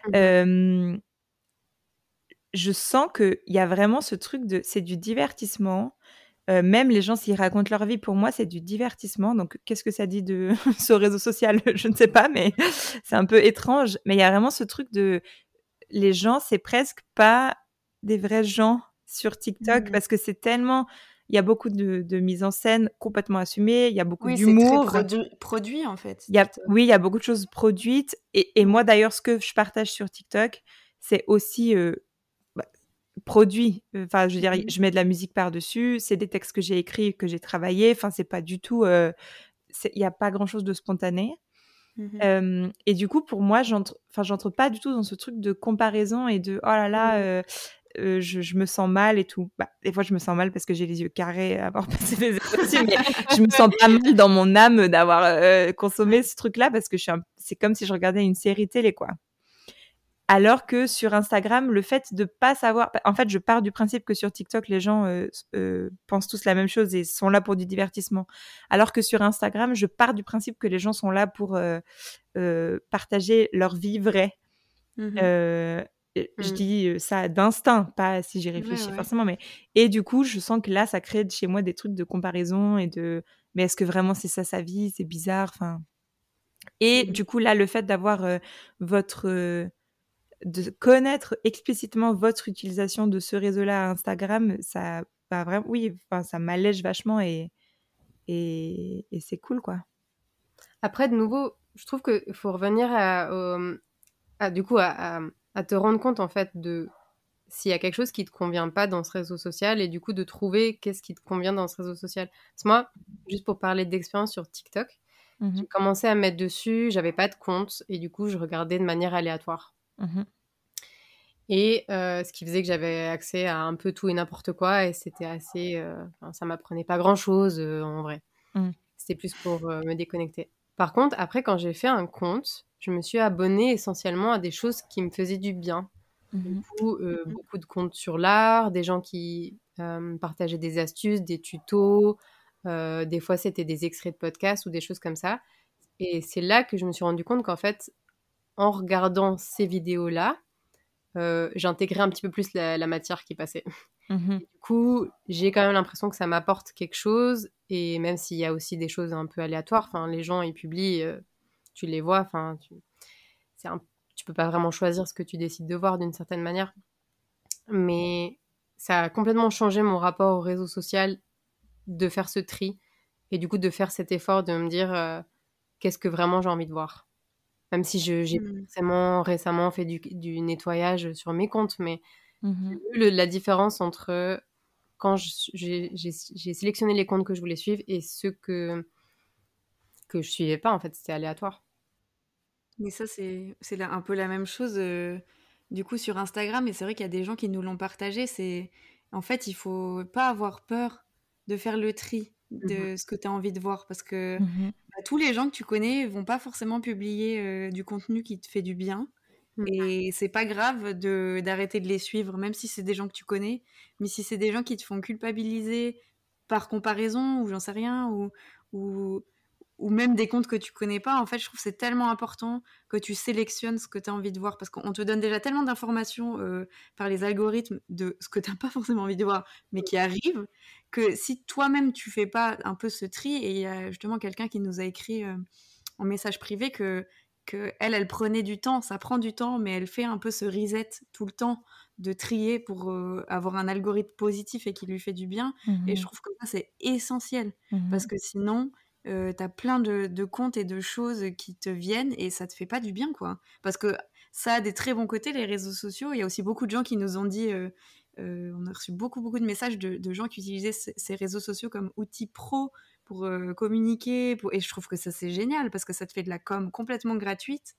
je sens qu'il y a vraiment ce truc c'est du divertissement. Même les gens, s'ils racontent leur vie, pour moi, c'est du divertissement. Donc, qu'est-ce que ça dit de ce réseau social? Je ne sais pas, mais c'est un peu étrange. Mais il y a vraiment ce truc les gens, c'est presque pas des vrais gens sur TikTok parce que c'est tellement... Il y a beaucoup de mise en scène complètement assumée, il y a beaucoup d'humour. C'est très produit, en fait. Il y a beaucoup de choses produites. Et moi, d'ailleurs, ce que je partage sur TikTok, c'est aussi produit. Enfin, je veux dire, je mets de la musique par-dessus, c'est des textes que j'ai écrits, que j'ai travaillés. Enfin, c'est pas du tout... il n'y a pas grand-chose de spontané. Et du coup, pour moi, j'entre pas du tout dans ce truc de comparaison et de « oh là là, je me sens mal et tout ». Des fois, je me sens mal parce que j'ai les yeux carrés à avoir passé des heures dessus, mais je me sens pas mal dans mon âme d'avoir consommé ce truc-là parce que c'est comme si je regardais une série télé, quoi. Alors que sur Instagram, le fait de pas savoir... En fait, je pars du principe que sur TikTok, les gens pensent tous la même chose et sont là pour du divertissement. Alors que sur Instagram, je pars du principe que les gens sont là pour partager leur vie vraie. Je dis ça d'instinct, pas si j'y réfléchis forcément. Mais... Et du coup, je sens que là, ça crée chez moi des trucs de comparaison et de... Mais est-ce que vraiment c'est ça sa vie? C'est bizarre. Enfin... Et du coup, là, le fait d'avoir de connaître explicitement votre utilisation de ce réseau-là à Instagram, ça, vraiment, oui, ça m'allège vachement et c'est cool, quoi. Après, de nouveau, je trouve qu'il faut revenir du coup, à te rendre compte, en fait, de s'il y a quelque chose qui te convient pas dans ce réseau social et du coup, de trouver qu'est-ce qui te convient dans ce réseau social. Parce que moi, juste pour parler d'expérience sur TikTok, Mhm. J'ai commencé à me mettre dessus, j'avais pas de compte et du coup, je regardais de manière aléatoire. Mhm. Et ce qui faisait que j'avais accès à un peu tout et n'importe quoi et c'était assez, enfin, ça m'apprenait pas grand-chose, en vrai. Mhm. C'était plus pour, me déconnecter. Par contre, après, quand j'ai fait un compte, je me suis abonnée essentiellement à des choses qui me faisaient du bien. Du Mhm. coup, beaucoup de comptes sur l'art, des gens qui, partageaient des astuces, des tutos, des fois, c'était des extraits de podcasts ou des choses comme ça et c'est là que je me suis rendu compte qu'en fait, en regardant ces vidéos-là, j'intégrais un petit peu plus la matière qui passait. Mhm. Et du coup, j'ai quand même l'impression que ça m'apporte quelque chose et même s'il y a aussi des choses un peu aléatoires, enfin, les gens, ils publient, tu les vois, enfin, c'est un tu peux pas vraiment choisir ce que tu décides de voir d'une certaine manière. Mais ça a complètement changé mon rapport au réseau social de faire ce tri et du coup de faire cet effort de me dire, qu'est-ce que vraiment j'ai envie de voir? Même si j'ai pas Mm. forcément récemment fait du nettoyage sur mes comptes, mais j'ai Mhm. vu la différence entre quand j'ai sélectionné les comptes que je voulais suivre et ceux que je suivais pas, en fait, c'était aléatoire. Mais ça, un peu la même chose du coup sur Instagram. Et c'est vrai qu'il y a des gens qui nous l'ont partagé. En fait, il faut pas avoir peur de faire le tri Mhm. de ce que tu as envie de voir parce que Mhm. tous les gens que tu connais vont pas forcément publier du contenu qui te fait du bien. Mhm. Et c'est pas grave d'arrêter de les suivre, même si c'est des gens que tu connais. Mais si c'est des gens qui te font culpabiliser par comparaison ou j'en sais rien, ou, ou même des comptes que tu connais pas, en fait, je trouve que c'est tellement important que tu sélectionnes ce que tu as envie de voir parce qu'on te donne déjà tellement d'informations par les algorithmes de ce que tu n'as pas forcément envie de voir, mais qui arrive, que si toi-même tu fais pas un peu ce tri, et il y a justement quelqu'un qui nous a écrit en message privé que elle prenait du temps, ça prend du temps, mais elle fait un peu ce reset tout le temps de trier pour avoir un algorithme positif et qui lui fait du bien. Et je Mhm. trouve que ça, c'est essentiel parce Mhm. que sinon, t'as plein de comptes et de choses qui te viennent et ça te fait pas du bien, quoi. Parce que ça a des très bons côtés, les réseaux sociaux. Il y a aussi beaucoup de gens qui nous ont dit, on a reçu beaucoup, beaucoup de messages de gens qui utilisaient ces réseaux sociaux comme outils pro pour communiquer. Et je trouve que ça, c'est génial parce que ça te fait de la com complètement gratuite.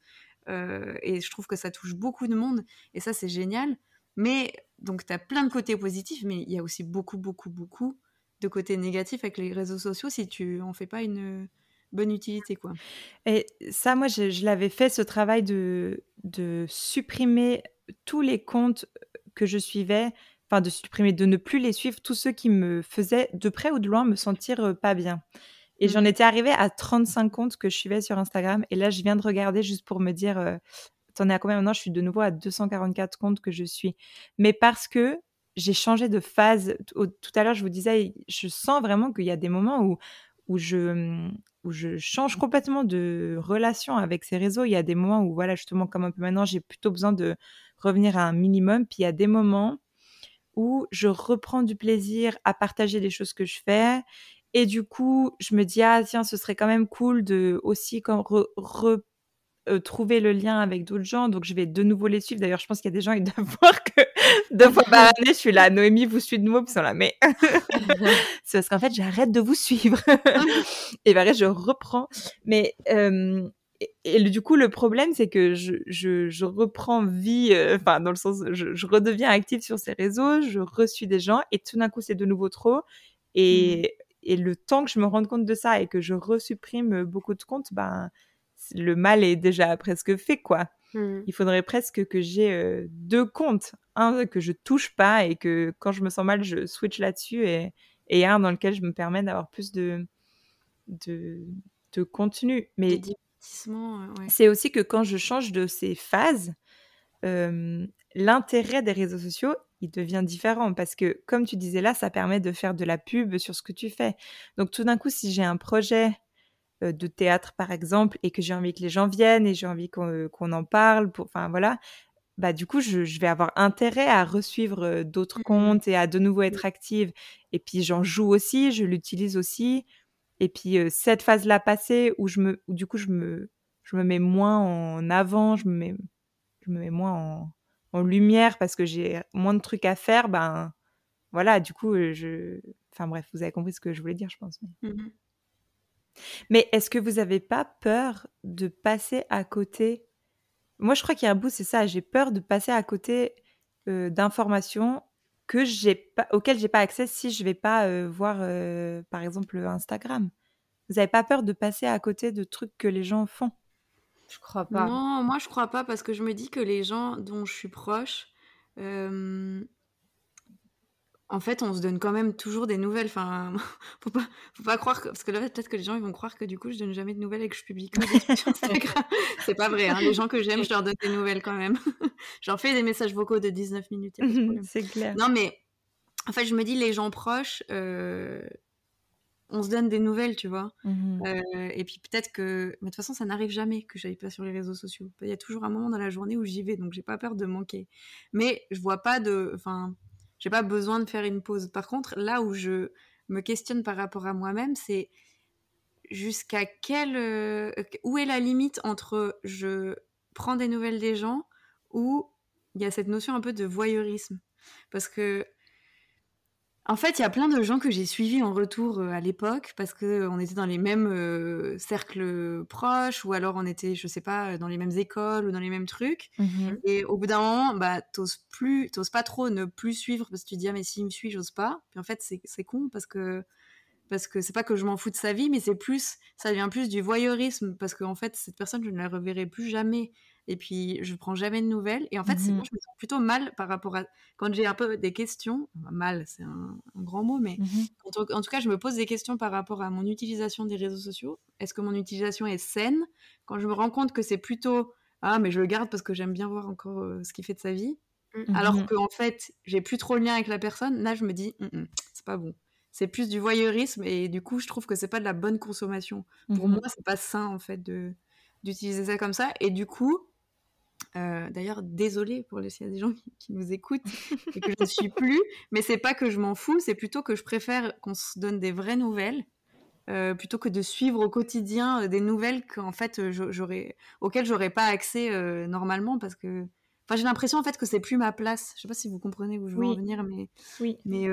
Et je trouve que ça touche beaucoup de monde. Et ça, c'est génial. Mais donc, tu as plein de côtés positifs, mais il y a aussi beaucoup, beaucoup, beaucoup de côtés négatifs avec les réseaux sociaux si tu en fais pas une bonne utilité, quoi. Et ça, moi, je l'avais fait, ce travail de supprimer tous les comptes que je suivais, enfin de supprimer, de ne plus les suivre, tous ceux qui me faisaient de près ou de loin me sentir pas bien. Et j'en Mm. étais arrivée à 35 comptes que je suivais sur Instagram. Et là, je viens de regarder juste pour me dire, t'en es à combien maintenant? Je suis de nouveau à 244 comptes que je suis. Mais parce que j'ai changé de phase. Tout à l'heure, je vous disais, je sens vraiment qu'il y a des moments où je, où je change complètement de relation avec ces réseaux. Il y a des moments où, voilà, justement, comme un peu maintenant, j'ai plutôt besoin de revenir à un minimum. Puis il y a des moments où je reprends du plaisir à partager les choses que je fais. Et du coup, je me dis, ah tiens, ce serait quand même cool de aussi quand trouver le lien avec d'autres gens. Donc, je vais de nouveau les suivre. D'ailleurs, je pense qu'il y a des gens, ils doivent voir que 2 fois par année, je suis là, Noémie vous suit de nouveau. Puis ils sont là, mais c'est parce qu'en fait, j'arrête de vous suivre. Et pareil, je reprends. Mais du coup, le problème, c'est que je reprends vie, enfin, dans le sens, je redeviens active sur ces réseaux, je reçus des gens, et tout d'un coup, c'est de nouveau trop. Mm. Et le temps que je me rende compte de ça et que je resupprime beaucoup de comptes, ben, le mal est déjà presque fait, quoi. Mm. Il faudrait presque que j'ai 2 comptes. Un que je touche pas et que quand je me sens mal, je switch là-dessus et un dans lequel je me permets d'avoir plus de, de contenu. De Mais divertissement, ouais. c'est aussi que quand je change de ces phases, euh, l'intérêt des réseaux sociaux, il devient différent parce que, comme tu disais là, ça permet de faire de la pub sur ce que tu fais. Donc tout d'un coup, si j'ai un projet de théâtre, par exemple, et que j'ai envie que les gens viennent et j'ai envie qu'on en parle, enfin voilà, bah du coup, je vais avoir intérêt à resuivre d'autres Mm. comptes et à de nouveau être active. Et puis j'en joue aussi, je l'utilise aussi. Et puis cette phase-là passée où du coup je me mets moins en avant, je me mets moins en lumière parce que j'ai moins de trucs à faire, ben voilà, du coup enfin bref, vous avez compris ce que je voulais dire, je pense. Mhm. Mais est-ce que vous avez pas peur de passer à côté? Moi, je crois qu'il y a un bout, c'est ça, j'ai peur de passer à côté, d'informations auxquelles j'ai pas accès si je vais pas, voir, par exemple, Instagram. Vous avez pas peur de passer à côté de trucs que les gens font? Je crois pas. Non, moi je crois pas parce que je me dis que les gens dont je suis proche, euh, en fait, on se donne quand même toujours des nouvelles. Enfin, faut pas croire que... Parce que là, peut-être que les gens ils vont croire que du coup, je donne jamais de nouvelles et que je publie que des trucs sur Instagram. C'est pas vrai, hein. Les gens que j'aime, je leur donne des nouvelles quand même. J'en fais des messages vocaux de 19 minutes, y a pas de problème. C'est clair. Non, mais en fait, je me dis, les gens proches, on se donne des nouvelles, tu vois. Et puis peut-être que... Mais de toute façon, ça n'arrive jamais que j'aille pas sur les réseaux sociaux. Il y a toujours un moment dans la journée où j'y vais, donc j'ai pas peur de manquer. Mais je vois pas de... Enfin, j'ai pas besoin de faire une pause. Par contre, là où je me questionne par rapport à moi-même, c'est jusqu'à où est la limite entre je prends des nouvelles des gens ou il y a cette notion un peu de voyeurisme. Parce que en fait, il y a plein de gens que j'ai suivis en retour à l'époque parce qu'on était dans les mêmes cercles proches ou alors on était, je sais pas, dans les mêmes écoles ou dans les mêmes trucs. Et au bout d'un moment, bah, t'oses pas trop ne plus suivre parce que tu te dis, ah, mais s'il me suit, j'ose pas. Puis en fait, c'est con parce que c'est pas que je m'en fous de sa vie, mais ça devient plus du voyeurisme parce qu'en fait, cette personne, je ne la reverrai plus jamais. Et puis, je prends jamais de nouvelles. Et en fait, moi, je me sens plutôt mal par rapport à quand j'ai un peu des questions. Mal, c'est un grand mot, mais en tout cas, je me pose des questions par rapport à mon utilisation des réseaux sociaux. Est-ce que mon utilisation est saine? Quand je me rends compte que c'est plutôt ah, mais je le garde parce que j'aime bien voir encore ce qu'il fait de sa vie. Alors qu'en fait, j'ai plus trop le lien avec la personne. Là, je me dis, c'est pas bon. C'est plus du voyeurisme et du coup, je trouve que c'est pas de la bonne consommation. Pour moi, c'est pas sain en fait d'utiliser ça comme ça. Et du coup, d'ailleurs, désolée pour s'il y a des gens qui nous écoutent et que je ne suis plus, mais c'est pas que je m'en fous, c'est plutôt que je préfère qu'on se donne des vraies nouvelles plutôt que de suivre au quotidien des nouvelles qu'en fait auxquelles j'aurais pas accès normalement parce que enfin j'ai l'impression en fait que c'est plus ma place. Je sais pas si vous comprenez où je veux en venir, mais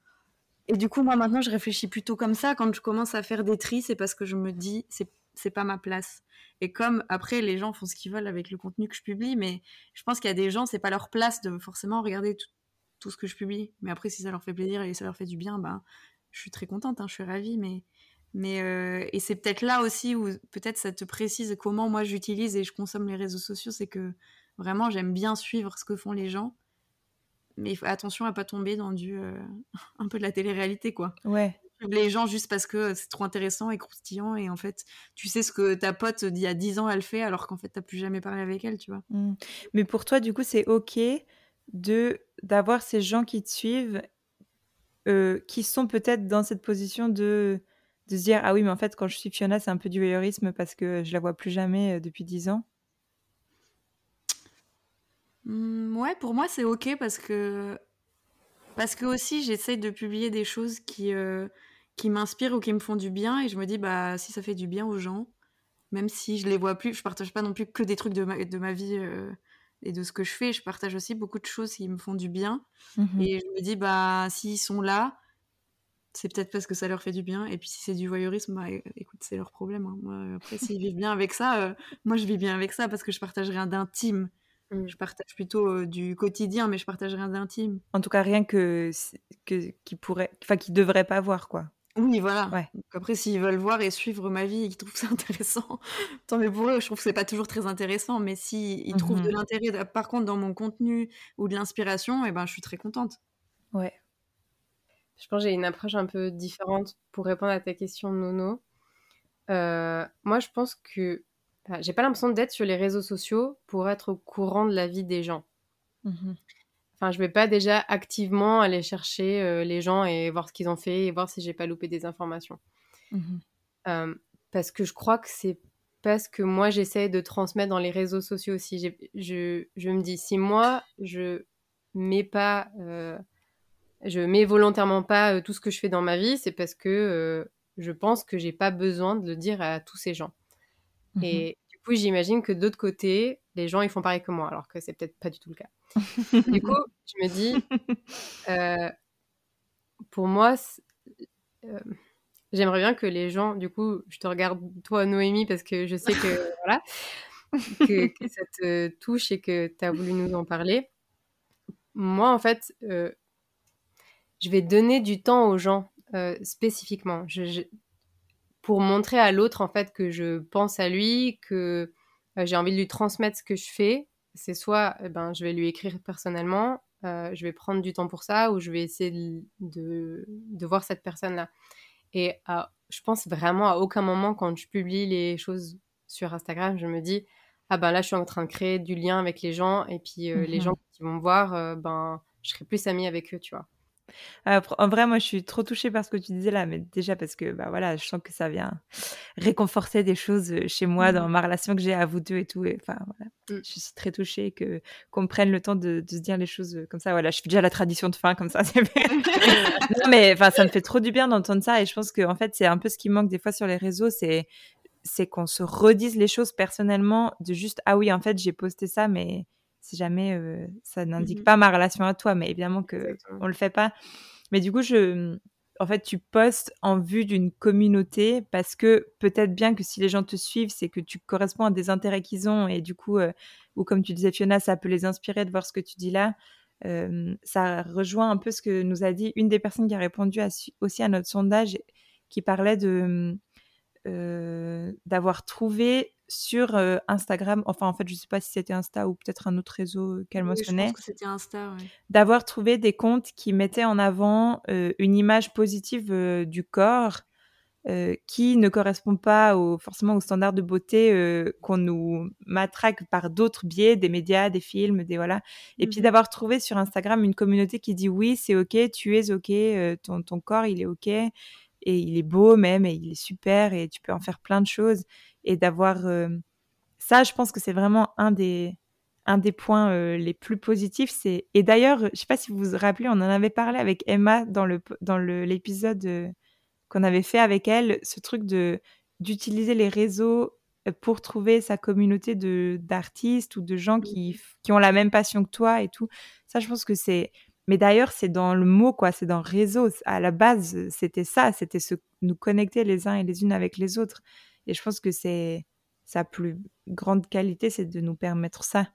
et du coup moi maintenant je réfléchis plutôt comme ça quand je commence à faire des tris, c'est parce que je me dis c'est pas ma place. Et comme après les gens font ce qu'ils veulent avec le contenu que je publie, mais je pense qu'il y a des gens c'est pas leur place de forcément regarder tout ce que je publie. Mais après si ça leur fait plaisir et ça leur fait du bien, ben je suis très contente, hein, je suis ravie, mais et c'est peut-être là aussi où peut-être ça te précise comment moi j'utilise et je consomme les réseaux sociaux, c'est que vraiment j'aime bien suivre ce que font les gens, mais attention à pas tomber dans un peu de la télé-réalité, quoi. Ouais. Les gens juste parce que c'est trop intéressant et croustillant et en fait tu sais ce que ta pote il y a 10 ans elle fait alors qu'en fait t'as plus jamais parlé avec elle, tu vois. Mais pour toi du coup c'est ok d'avoir ces gens qui te suivent qui sont peut-être dans cette position de se dire ah oui mais en fait quand je suis Fiona c'est un peu du voyeurisme parce que je la vois plus jamais depuis 10 ans. Ouais, pour moi c'est ok parce que aussi j'essaye de publier des choses qui m'inspirent ou qui me font du bien et je me dis bah si ça fait du bien aux gens, même si je les vois plus, je partage pas non plus que des trucs de ma vie et de ce que je fais, je partage aussi beaucoup de choses qui me font du bien et je me dis bah s'ils sont là, c'est peut-être parce que ça leur fait du bien et puis si c'est du voyeurisme, bah écoute c'est leur problème, hein. Moi après s'ils vivent bien avec ça, moi je vis bien avec ça parce que je partage rien d'intime. Je partage plutôt du quotidien, mais je partage rien d'intime. En tout cas, rien qui devrait pas voir, quoi. Oui, voilà. Ouais. Donc après, s'ils veulent voir et suivre ma vie et qu'ils trouvent ça intéressant, tant mieux pour eux. Je trouve que c'est pas toujours très intéressant, mais s'ils trouvent de l'intérêt, par contre, dans mon contenu ou de l'inspiration, eh ben, je suis très contente. Ouais. Je pense que j'ai une approche un peu différente pour répondre à ta question, Nono. Moi, je pense que j'ai pas l'impression d'être sur les réseaux sociaux pour être au courant de la vie des gens. Enfin, je vais pas déjà activement aller chercher les gens et voir ce qu'ils ont fait et voir si j'ai pas loupé des informations. Parce que je crois que c'est parce que moi, j'essaie de transmettre dans les réseaux sociaux aussi. Je me dis, si moi, je mets volontairement pas tout ce que je fais dans ma vie, c'est parce que je pense que j'ai pas besoin de le dire à tous ces gens. Et du coup, j'imagine que d'autre côté, les gens, ils font pareil que moi, alors que c'est peut-être pas du tout le cas. Du coup, je me dis, pour moi, j'aimerais bien que les gens, du coup, je te regarde toi, Noémie, parce que je sais que, voilà, que ça te touche et que tu as voulu nous en parler. Moi, en fait, je vais donner du temps aux gens spécifiquement. Pour montrer à l'autre en fait que je pense à lui, que j'ai envie de lui transmettre ce que je fais. C'est soit je vais lui écrire personnellement, je vais prendre du temps pour ça, ou je vais essayer de voir cette personne-là. Et je pense vraiment à aucun moment quand je publie les choses sur Instagram, je me dis ah ben là je suis en train de créer du lien avec les gens, et puis les gens qui vont me voir, je serai plus amie avec eux, tu vois. En vrai, moi, je suis trop touchée par ce que tu disais là, mais déjà parce que, bah voilà, je sens que ça vient réconforter des choses chez moi dans ma relation que j'ai à vous deux et tout. Et enfin, voilà, je suis très touchée qu'on prenne le temps de se dire les choses comme ça. Voilà, je fais déjà la tradition de fin comme ça. Non, mais enfin, ça me fait trop du bien d'entendre ça, et je pense que en fait, c'est un peu ce qui manque des fois sur les réseaux, c'est qu'on se redise les choses personnellement, de juste ah oui, en fait, j'ai posté ça, mais si jamais ça n'indique pas ma relation à toi, mais évidemment que on le fait pas. Mais du coup, en fait, tu postes en vue d'une communauté, parce que peut-être bien que si les gens te suivent, c'est que tu corresponds à des intérêts qu'ils ont, et du coup, ou comme tu disais, Fiona, ça peut les inspirer de voir ce que tu dis là. Ça rejoint un peu ce que nous a dit une des personnes qui a répondu aussi à notre sondage, qui parlait d'avoir trouvé sur Instagram, enfin en fait je sais pas si c'était Insta ou peut-être un autre réseau qu'elle mentionnait. Je pense que c'était Insta, ouais. D'avoir trouvé des comptes qui mettaient en avant une image positive du corps qui ne correspond pas forcément aux standards de beauté qu'on nous matraque par d'autres biais, des médias, des films, voilà. Et puis d'avoir trouvé sur Instagram une communauté qui dit oui, c'est ok, tu es ok, ton corps il est ok, et il est beau même, et il est super, et tu peux en faire plein de choses. Et d'avoir ça, je pense que c'est vraiment un des points les plus positifs. Et d'ailleurs, je sais pas si vous vous rappelez, on en avait parlé avec Emma dans l'épisode qu'on avait fait avec elle, ce truc d'utiliser les réseaux pour trouver sa communauté d'artistes ou de gens qui ont la même passion que toi et tout. Ça, je pense que c'est... Mais d'ailleurs, c'est dans le mot, quoi. C'est dans réseau. À la base, c'était ça. C'était nous connecter les uns et les unes avec les autres. Et je pense que c'est sa plus grande qualité, c'est de nous permettre ça.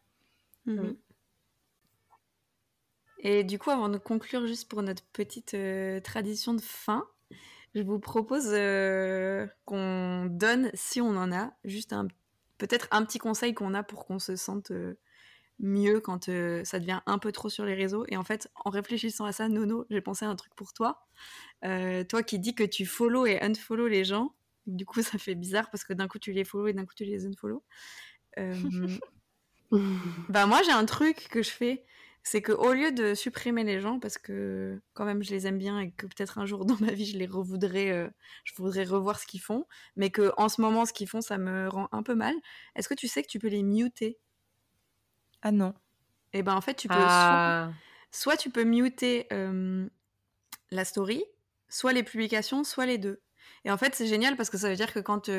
Et du coup, avant de conclure, juste pour notre petite tradition de fin, je vous propose qu'on donne, si on en a, juste peut-être un petit conseil qu'on a pour qu'on se sente mieux quand ça devient un peu trop sur les réseaux. Et en fait, en réfléchissant à ça, Nono, j'ai pensé à un truc pour toi. Toi qui dis que tu follow et unfollow les gens, du coup ça fait bizarre parce que d'un coup tu les follow et d'un coup tu les unfollow. Bah moi j'ai un truc que je fais, c'est qu'au lieu de supprimer les gens, parce que quand même je les aime bien et que peut-être un jour dans ma vie je voudrais revoir ce qu'ils font, mais que en ce moment ce qu'ils font ça me rend un peu mal. Est-ce que tu sais que tu peux les muter? Ah non. Et ben en fait tu peux soit tu peux muter la story, soit les publications, soit les deux. Et en fait c'est génial parce que ça veut dire que quand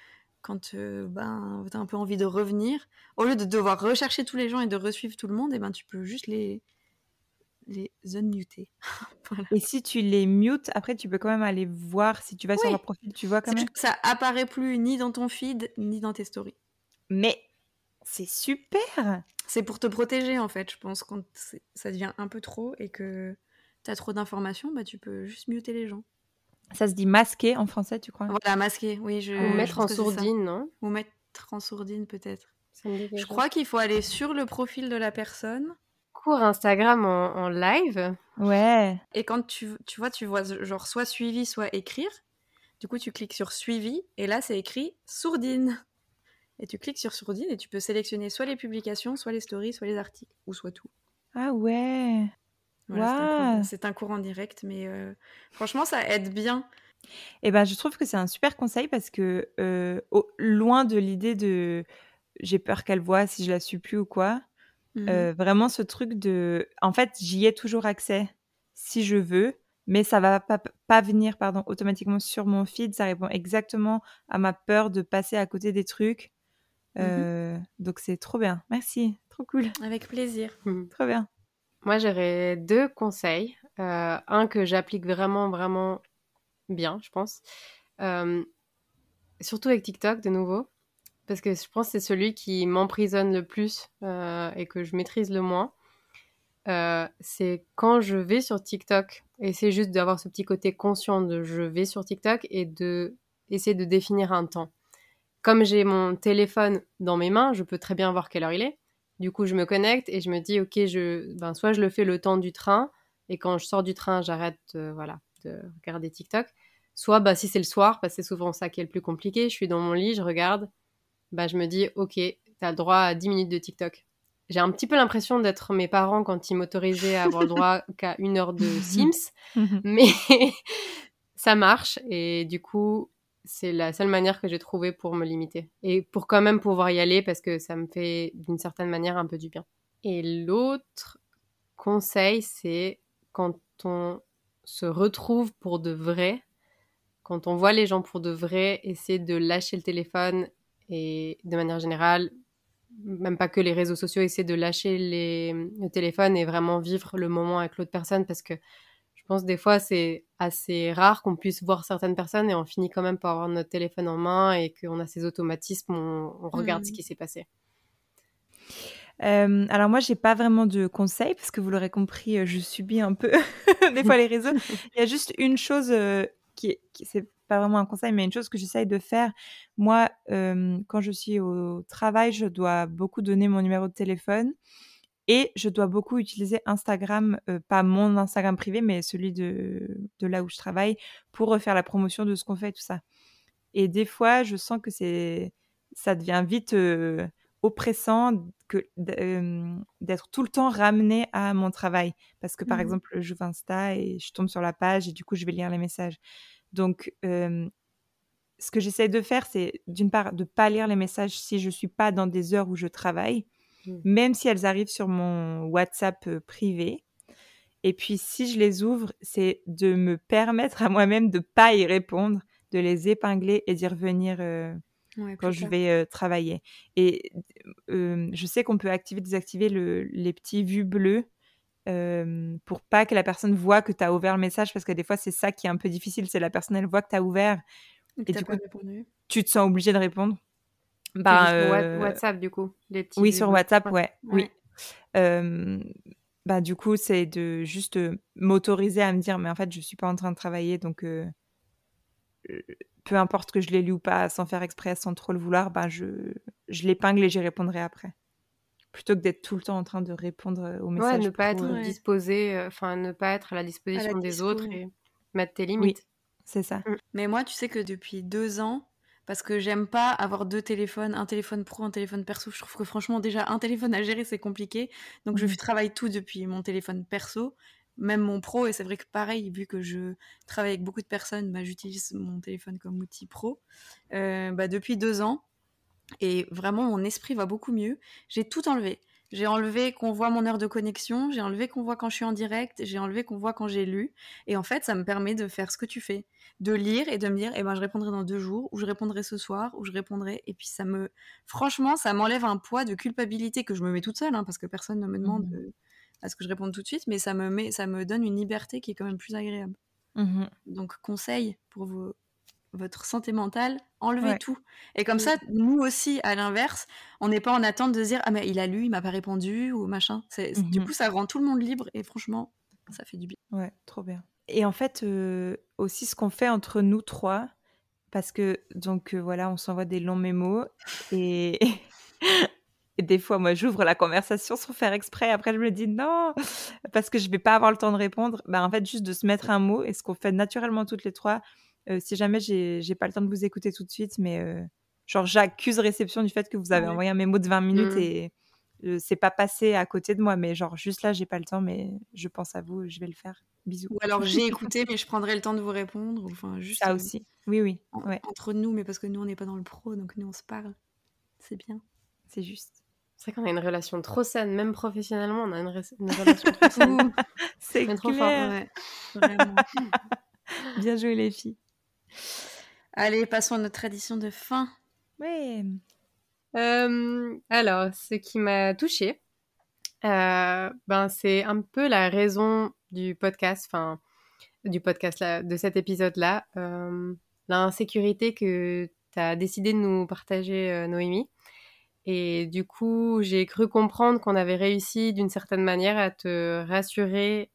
t'as un peu envie de revenir, au lieu de devoir rechercher tous les gens et de resuivre tout le monde, et ben tu peux juste les unmuter. Voilà. Et si tu les mutes, après tu peux quand même aller voir, si tu vas sur leur profil, tu vois quand même. Juste que ça apparaît plus ni dans ton feed ni dans tes stories. Mais c'est super. C'est pour te protéger en fait, je pense, quand ça devient un peu trop et que t'as trop d'informations, bah tu peux juste muter les gens. Ça se dit masquer en français, tu crois? Voilà, masquer, oui. Ou mettre en sourdine, non? Ou mettre en sourdine, peut-être. Je crois qu'il faut aller sur le profil de la personne. Cours Instagram en live. Ouais. Et quand tu vois genre soit suivi, soit écrire. Du coup, tu cliques sur suivi et là, c'est écrit sourdine. Et tu cliques sur sourdine et tu peux sélectionner soit les publications, soit les stories, soit les articles, ou soit tout. Ah ouais. Voilà, c'est un cours en direct, mais franchement, ça aide bien. Et ben, je trouve que c'est un super conseil parce que loin de l'idée de j'ai peur qu'elle voie si je la suis plus ou quoi, vraiment ce truc de en fait j'y ai toujours accès si je veux, mais ça va pas venir automatiquement sur mon feed, ça répond exactement à ma peur de passer à côté des trucs. Donc c'est trop bien, merci, trop cool. Avec plaisir. Trop bien. Moi j'aurais 2 conseils, un que j'applique vraiment bien, je pense. Surtout avec TikTok, de nouveau, parce que je pense que c'est celui qui m'emprisonne le plus et que je maîtrise le moins. C'est quand je vais sur TikTok, et c'est juste d'avoir ce petit côté conscient de je vais sur TikTok et de essayer de définir un temps. Comme j'ai mon téléphone dans mes mains, je peux très bien voir quelle heure il est. Du coup, je me connecte et je me dis, ok, soit je le fais le temps du train, et quand je sors du train, j'arrête de regarder TikTok. Soit, si c'est le soir, parce que c'est souvent ça qui est le plus compliqué, je suis dans mon lit, je regarde, je me dis, ok, t'as le droit à 10 minutes de TikTok. J'ai un petit peu l'impression d'être mes parents quand ils m'autorisaient à avoir le droit qu'à 1 heure de Sims, mais ça marche, et du coup, c'est la seule manière que j'ai trouvée pour me limiter. Et pour quand même pouvoir y aller, parce que ça me fait d'une certaine manière un peu du bien. Et l'autre conseil, c'est quand on se retrouve pour de vrai, quand on voit les gens pour de vrai, essayer de lâcher le téléphone, et de manière générale, même pas que les réseaux sociaux, essayer de lâcher le téléphone et vraiment vivre le moment avec l'autre personne, parce que je pense des fois c'est assez rare qu'on puisse voir certaines personnes et on finit quand même par avoir notre téléphone en main et qu'on a ces automatismes, on regarde ce qui s'est passé. Alors moi, j'ai pas vraiment de conseils parce que vous l'aurez compris, je subis un peu des fois les réseaux. Il y a juste une chose qui c'est pas vraiment un conseil, mais une chose que j'essaye de faire. Moi, quand je suis au travail, je dois beaucoup donner mon numéro de téléphone et je dois beaucoup utiliser Instagram, pas mon Instagram privé, mais celui de là où je travaille pour faire la promotion de ce qu'on fait et tout ça. Et des fois, je sens que ça devient vite oppressant d'être tout le temps ramenée à mon travail. Parce que, par exemple, j'ouvre Insta et je tombe sur la page et du coup, je vais lire les messages. Donc, ce que j'essaie de faire, c'est d'une part de ne pas lire les messages si je ne suis pas dans des heures où je travaille, même si elles arrivent sur mon WhatsApp privé. Et puis, si je les ouvre, c'est de me permettre à moi-même de ne pas y répondre, de les épingler et d'y revenir quand je vais travailler. Et je sais qu'on peut activer, désactiver les petits vues bleues pour pas que la personne voit que tu as ouvert le message, parce que des fois, c'est ça qui est un peu difficile, c'est la personne, elle voit que tu as ouvert et du coup, tu te sens obligé de répondre. C'est juste sur WhatsApp, du coup, les petits oui, vues sur bleues. WhatsApp, ouais. Oui. Du coup, c'est de juste m'autoriser à me dire, mais en fait, je suis pas en train de travailler, donc peu importe que je l'ai lu ou pas, sans faire exprès, sans trop le vouloir, je l'épingle et j'y répondrai après. Plutôt que d'être tout le temps en train de répondre aux messages. Ouais, ne pas être disposé, ne pas être à la disposition des autres et mettre tes limites. Oui, c'est ça. Mais moi, tu sais que depuis 2 ans, parce que j'aime pas avoir 2 téléphones, un téléphone pro, un téléphone perso. Je trouve que franchement, déjà, un téléphone à gérer, c'est compliqué. Donc, je travaille tout depuis mon téléphone perso, même mon pro. Et c'est vrai que pareil, vu que je travaille avec beaucoup de personnes, j'utilise mon téléphone comme outil pro. Depuis 2 ans, et vraiment, mon esprit va beaucoup mieux. J'ai tout enlevé. J'ai enlevé qu'on voit mon heure de connexion, j'ai enlevé qu'on voit quand je suis en direct, j'ai enlevé qu'on voit quand j'ai lu. Et en fait, ça me permet de faire ce que tu fais. De lire et de me dire, je répondrai dans 2 jours, ou je répondrai ce soir, ou je répondrai. Et puis franchement, ça m'enlève un poids de culpabilité que je me mets toute seule, parce que personne ne me demande à ce que je réponde tout de suite, mais ça me donne une liberté qui est quand même plus agréable. Donc, conseil pour votre santé mentale, enlevez tout. Et comme ça, nous aussi, à l'inverse, on n'est pas en attente de se dire « Ah, mais il a lu, il m'a pas répondu » ou machin. Du coup, ça rend tout le monde libre et franchement, ça fait du bien. Ouais, trop bien. Et en fait, aussi, ce qu'on fait entre nous trois, parce que, donc, on s'envoie des longs mémos et... et des fois, moi, j'ouvre la conversation sans faire exprès. Après, je me dis non, parce que je vais pas avoir le temps de répondre. En fait, juste de se mettre un mot, et ce qu'on fait naturellement toutes les trois. Si jamais j'ai pas le temps de vous écouter tout de suite, mais j'accuse réception du fait que vous avez envoyé un mémo de 20 minutes et c'est pas passé à côté de moi, mais juste là, j'ai pas le temps, mais je pense à vous, je vais le faire. Bisous. Ou alors j'ai écouté, mais je prendrai le temps de vous répondre. Enfin, juste ça aussi. Oui. Entre nous, mais parce que nous, on n'est pas dans le pro, donc nous, on se parle. C'est bien. C'est juste. C'est vrai qu'on a une relation trop saine, même professionnellement, on a une relation trop saine. C'est trop fort. Ouais, vraiment. Bien joué, les filles. Allez, passons à notre tradition de fin. Ouais. Alors, ce qui m'a touchée, c'est un peu la raison du podcast. Enfin, du podcast, là, de cet épisode-là, l'insécurité que tu as décidé de nous partager, Noémie. Et du coup, j'ai cru comprendre qu'on avait réussi d'une certaine manière à te rassurer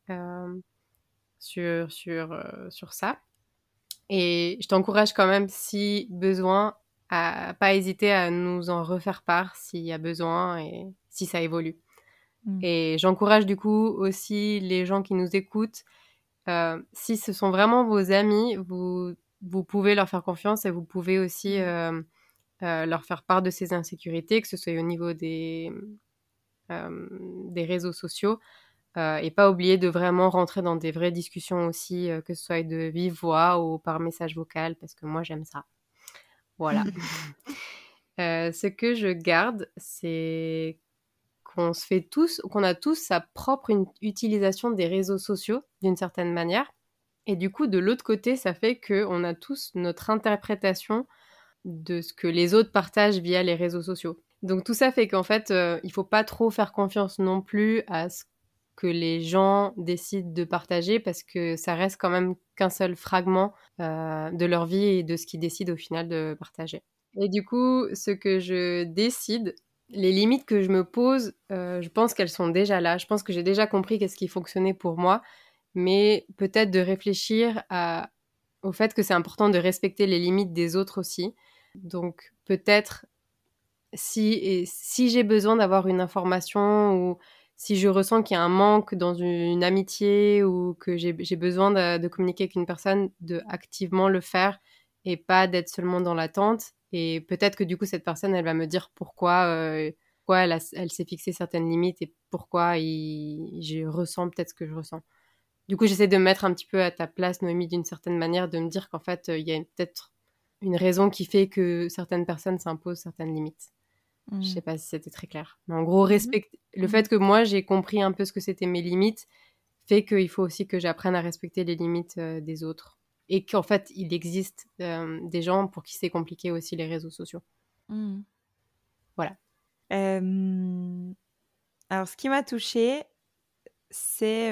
sur ça. Et je t'encourage quand même, si besoin, à pas hésiter à nous en refaire part s'il y a besoin et si ça évolue. Et j'encourage du coup aussi les gens qui nous écoutent, si ce sont vraiment vos amis, vous pouvez leur faire confiance et vous pouvez aussi leur faire part de ces insécurités, que ce soit au niveau des réseaux sociaux. Et pas oublier de vraiment rentrer dans des vraies discussions aussi, que ce soit de vive voix ou par message vocal, parce que moi j'aime ça. Voilà. Ce que je garde, c'est qu'on a tous sa propre utilisation des réseaux sociaux d'une certaine manière. Et du coup, de l'autre côté, ça fait qu'on a tous notre interprétation de ce que les autres partagent via les réseaux sociaux. Donc tout ça fait qu'en fait, il faut pas trop faire confiance non plus à ce que les gens décident de partager, parce que ça reste quand même qu'un seul fragment de leur vie et de ce qu'ils décident au final de partager. Et du coup, ce que je décide, les limites que je me pose, je pense qu'elles sont déjà là. Je pense que j'ai déjà compris qu'est-ce qui fonctionnait pour moi, mais peut-être de réfléchir au fait que c'est important de respecter les limites des autres aussi. Donc peut-être si j'ai besoin d'avoir une information, ou si je ressens qu'il y a un manque dans une amitié, ou que j'ai besoin de communiquer avec une personne, de activement le faire et pas d'être seulement dans l'attente. Et peut-être que du coup cette personne, elle va me dire pourquoi elle s'est fixé certaines limites et pourquoi je ressens peut-être ce que je ressens. Du coup, j'essaie de me mettre un petit peu à ta place, Noémie, d'une certaine manière, de me dire qu'en fait, il y a peut-être une raison qui fait que certaines personnes s'imposent certaines limites. Je sais pas si c'était très clair. Mais en gros, le fait que moi, j'ai compris un peu ce que c'était mes limites, fait qu'il faut aussi que j'apprenne à respecter les limites des autres. Et qu'en fait, il existe des gens pour qui c'est compliqué aussi les réseaux sociaux. Voilà. Alors, ce qui m'a touchée, c'est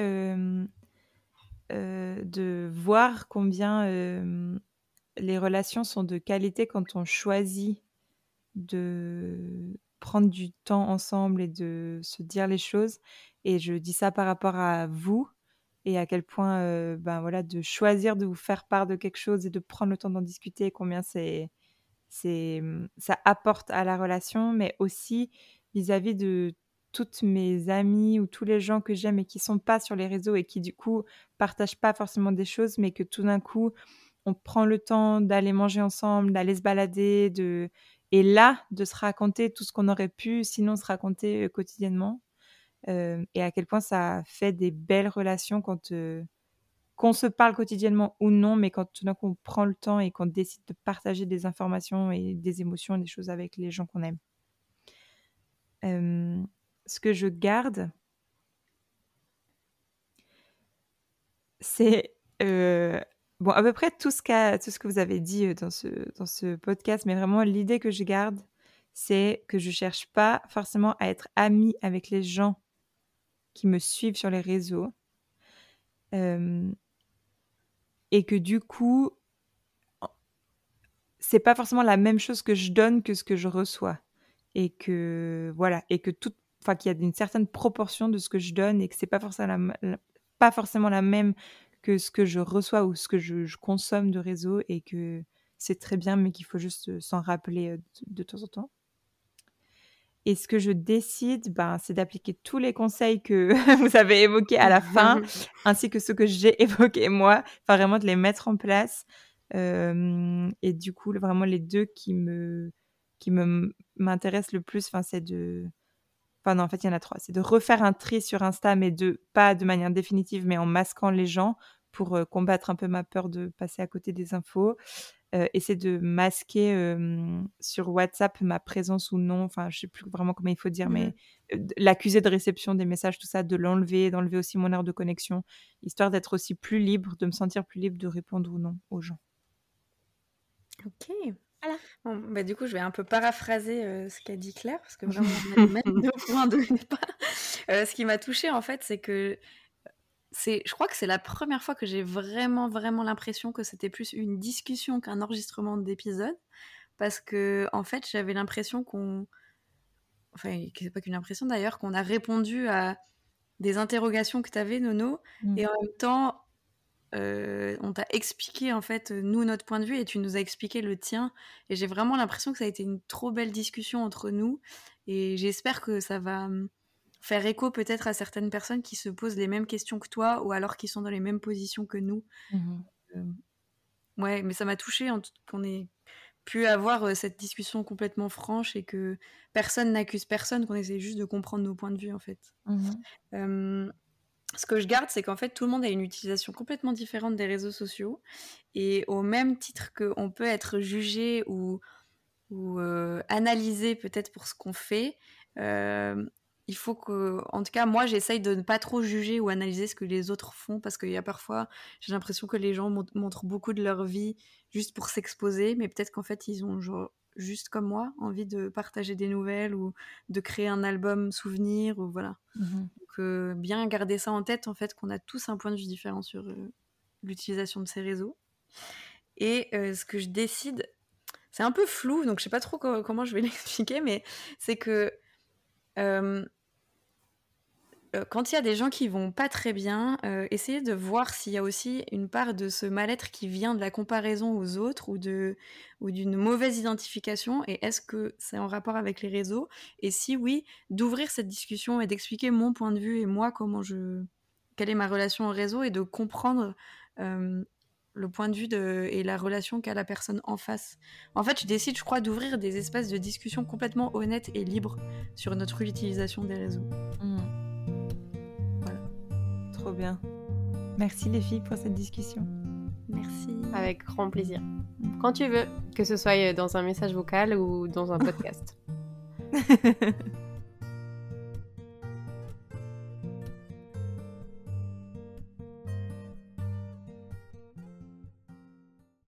de voir combien les relations sont de qualité quand on choisit de prendre du temps ensemble et de se dire les choses. Et je dis ça par rapport à vous, et à quel point ben voilà, de choisir de vous faire part de quelque chose et de prendre le temps d'en discuter, combien ça apporte à la relation, mais aussi vis-à-vis de toutes mes amies ou tous les gens que j'aime et qui sont pas sur les réseaux et qui du coup partagent pas forcément des choses, mais que tout d'un coup on prend le temps d'aller manger ensemble, d'aller se balader, et là de se raconter tout ce qu'on aurait pu sinon se raconter quotidiennement, et à quel point ça fait des belles relations quand qu'on se parle quotidiennement ou non, mais quand tout d'un coup on prend le temps et qu'on décide de partager des informations et des émotions, des choses avec les gens qu'on aime. Ce que je garde, c'est bon, à peu près tout ce que vous avez dit dans ce podcast, mais vraiment l'idée que je garde, c'est que je cherche pas forcément à être amie avec les gens qui me suivent sur les réseaux, et que du coup c'est pas forcément la même chose que je donne que ce que je reçois, et que voilà, et que enfin qu'il y a une certaine proportion de ce que je donne et que c'est pas forcément la même que ce que je reçois ou ce que je consomme de réseau, et que c'est très bien, mais qu'il faut juste s'en rappeler de temps en temps. Et ce que je décide, ben, c'est d'appliquer tous les conseils que vous avez évoqués à la fin, ainsi que ceux que j'ai évoqués moi, enfin vraiment de les mettre en place. Et du coup, vraiment les deux qui m'intéressent le plus, enfin, enfin non, en fait, il y en a trois. C'est de refaire un tri sur Insta, mais pas de manière définitive, mais en masquant les gens pour combattre un peu ma peur de passer à côté des infos. Essayer de masquer sur WhatsApp ma présence ou non, enfin je sais plus vraiment comment il faut dire, mais l'accusé de réception des messages, tout ça, d'enlever aussi mon heure de connexion, histoire d'être aussi plus libre, de me sentir plus libre de répondre ou non aux gens. Ok. Voilà. Bon, bah, du coup, je vais un peu paraphraser ce qu'a dit Claire, parce que vraiment, on a les mêmes 2 points de départ. Ce qui m'a touchée, en fait, c'est que je crois que c'est la première fois que j'ai vraiment, vraiment l'impression que c'était plus une discussion qu'un enregistrement d'épisode. Parce que, en fait, j'avais l'impression enfin, c'est pas qu'une impression d'ailleurs, qu'on a répondu à des interrogations que tu avais, Nono, et en même temps, on t'a expliqué, en fait, nous, notre point de vue, et tu nous as expliqué le tien. Et j'ai vraiment l'impression que ça a été une trop belle discussion entre nous. Et j'espère que ça va faire écho peut-être à certaines personnes qui se posent les mêmes questions que toi, ou alors qui sont dans les mêmes positions que nous. Ouais, mais ça m'a touchée qu'on ait pu avoir cette discussion complètement franche et que personne n'accuse personne, qu'on essaie juste de comprendre nos points de vue, en fait. Ce que je garde, c'est qu'en fait, tout le monde a une utilisation complètement différente des réseaux sociaux. Et au même titre qu'on peut être jugé ou analysé peut-être pour ce qu'on fait, il faut que... En tout cas, moi, j'essaye de ne pas trop juger ou analyser ce que les autres font, parce qu'il y a parfois, j'ai l'impression que les gens montrent beaucoup de leur vie juste pour s'exposer, mais peut-être qu'en fait, ils ont juste comme moi, envie de partager des nouvelles ou de créer un album souvenir, ou voilà. Donc, bien garder ça en tête, en fait, qu'on a tous un point de vue différent sur l'utilisation de ces réseaux. Et ce que je décide, c'est un peu flou, donc je sais pas trop comment je vais l'expliquer, mais c'est que quand il y a des gens qui vont pas très bien, essayez de voir s'il y a aussi une part de ce mal-être qui vient de la comparaison aux autres ou d'une mauvaise identification, et est-ce que c'est en rapport avec les réseaux? Et si oui, d'ouvrir cette discussion et d'expliquer mon point de vue et moi quelle est ma relation au réseau, et de comprendre le point de vue et la relation qu'a la personne en face. En fait, je décide, je crois, d'ouvrir des espaces de discussion complètement honnêtes et libres sur notre utilisation des réseaux. Voilà. Trop bien. Merci les filles pour cette discussion. Merci. Avec grand plaisir. Quand tu veux, que ce soit dans un message vocal ou dans un podcast.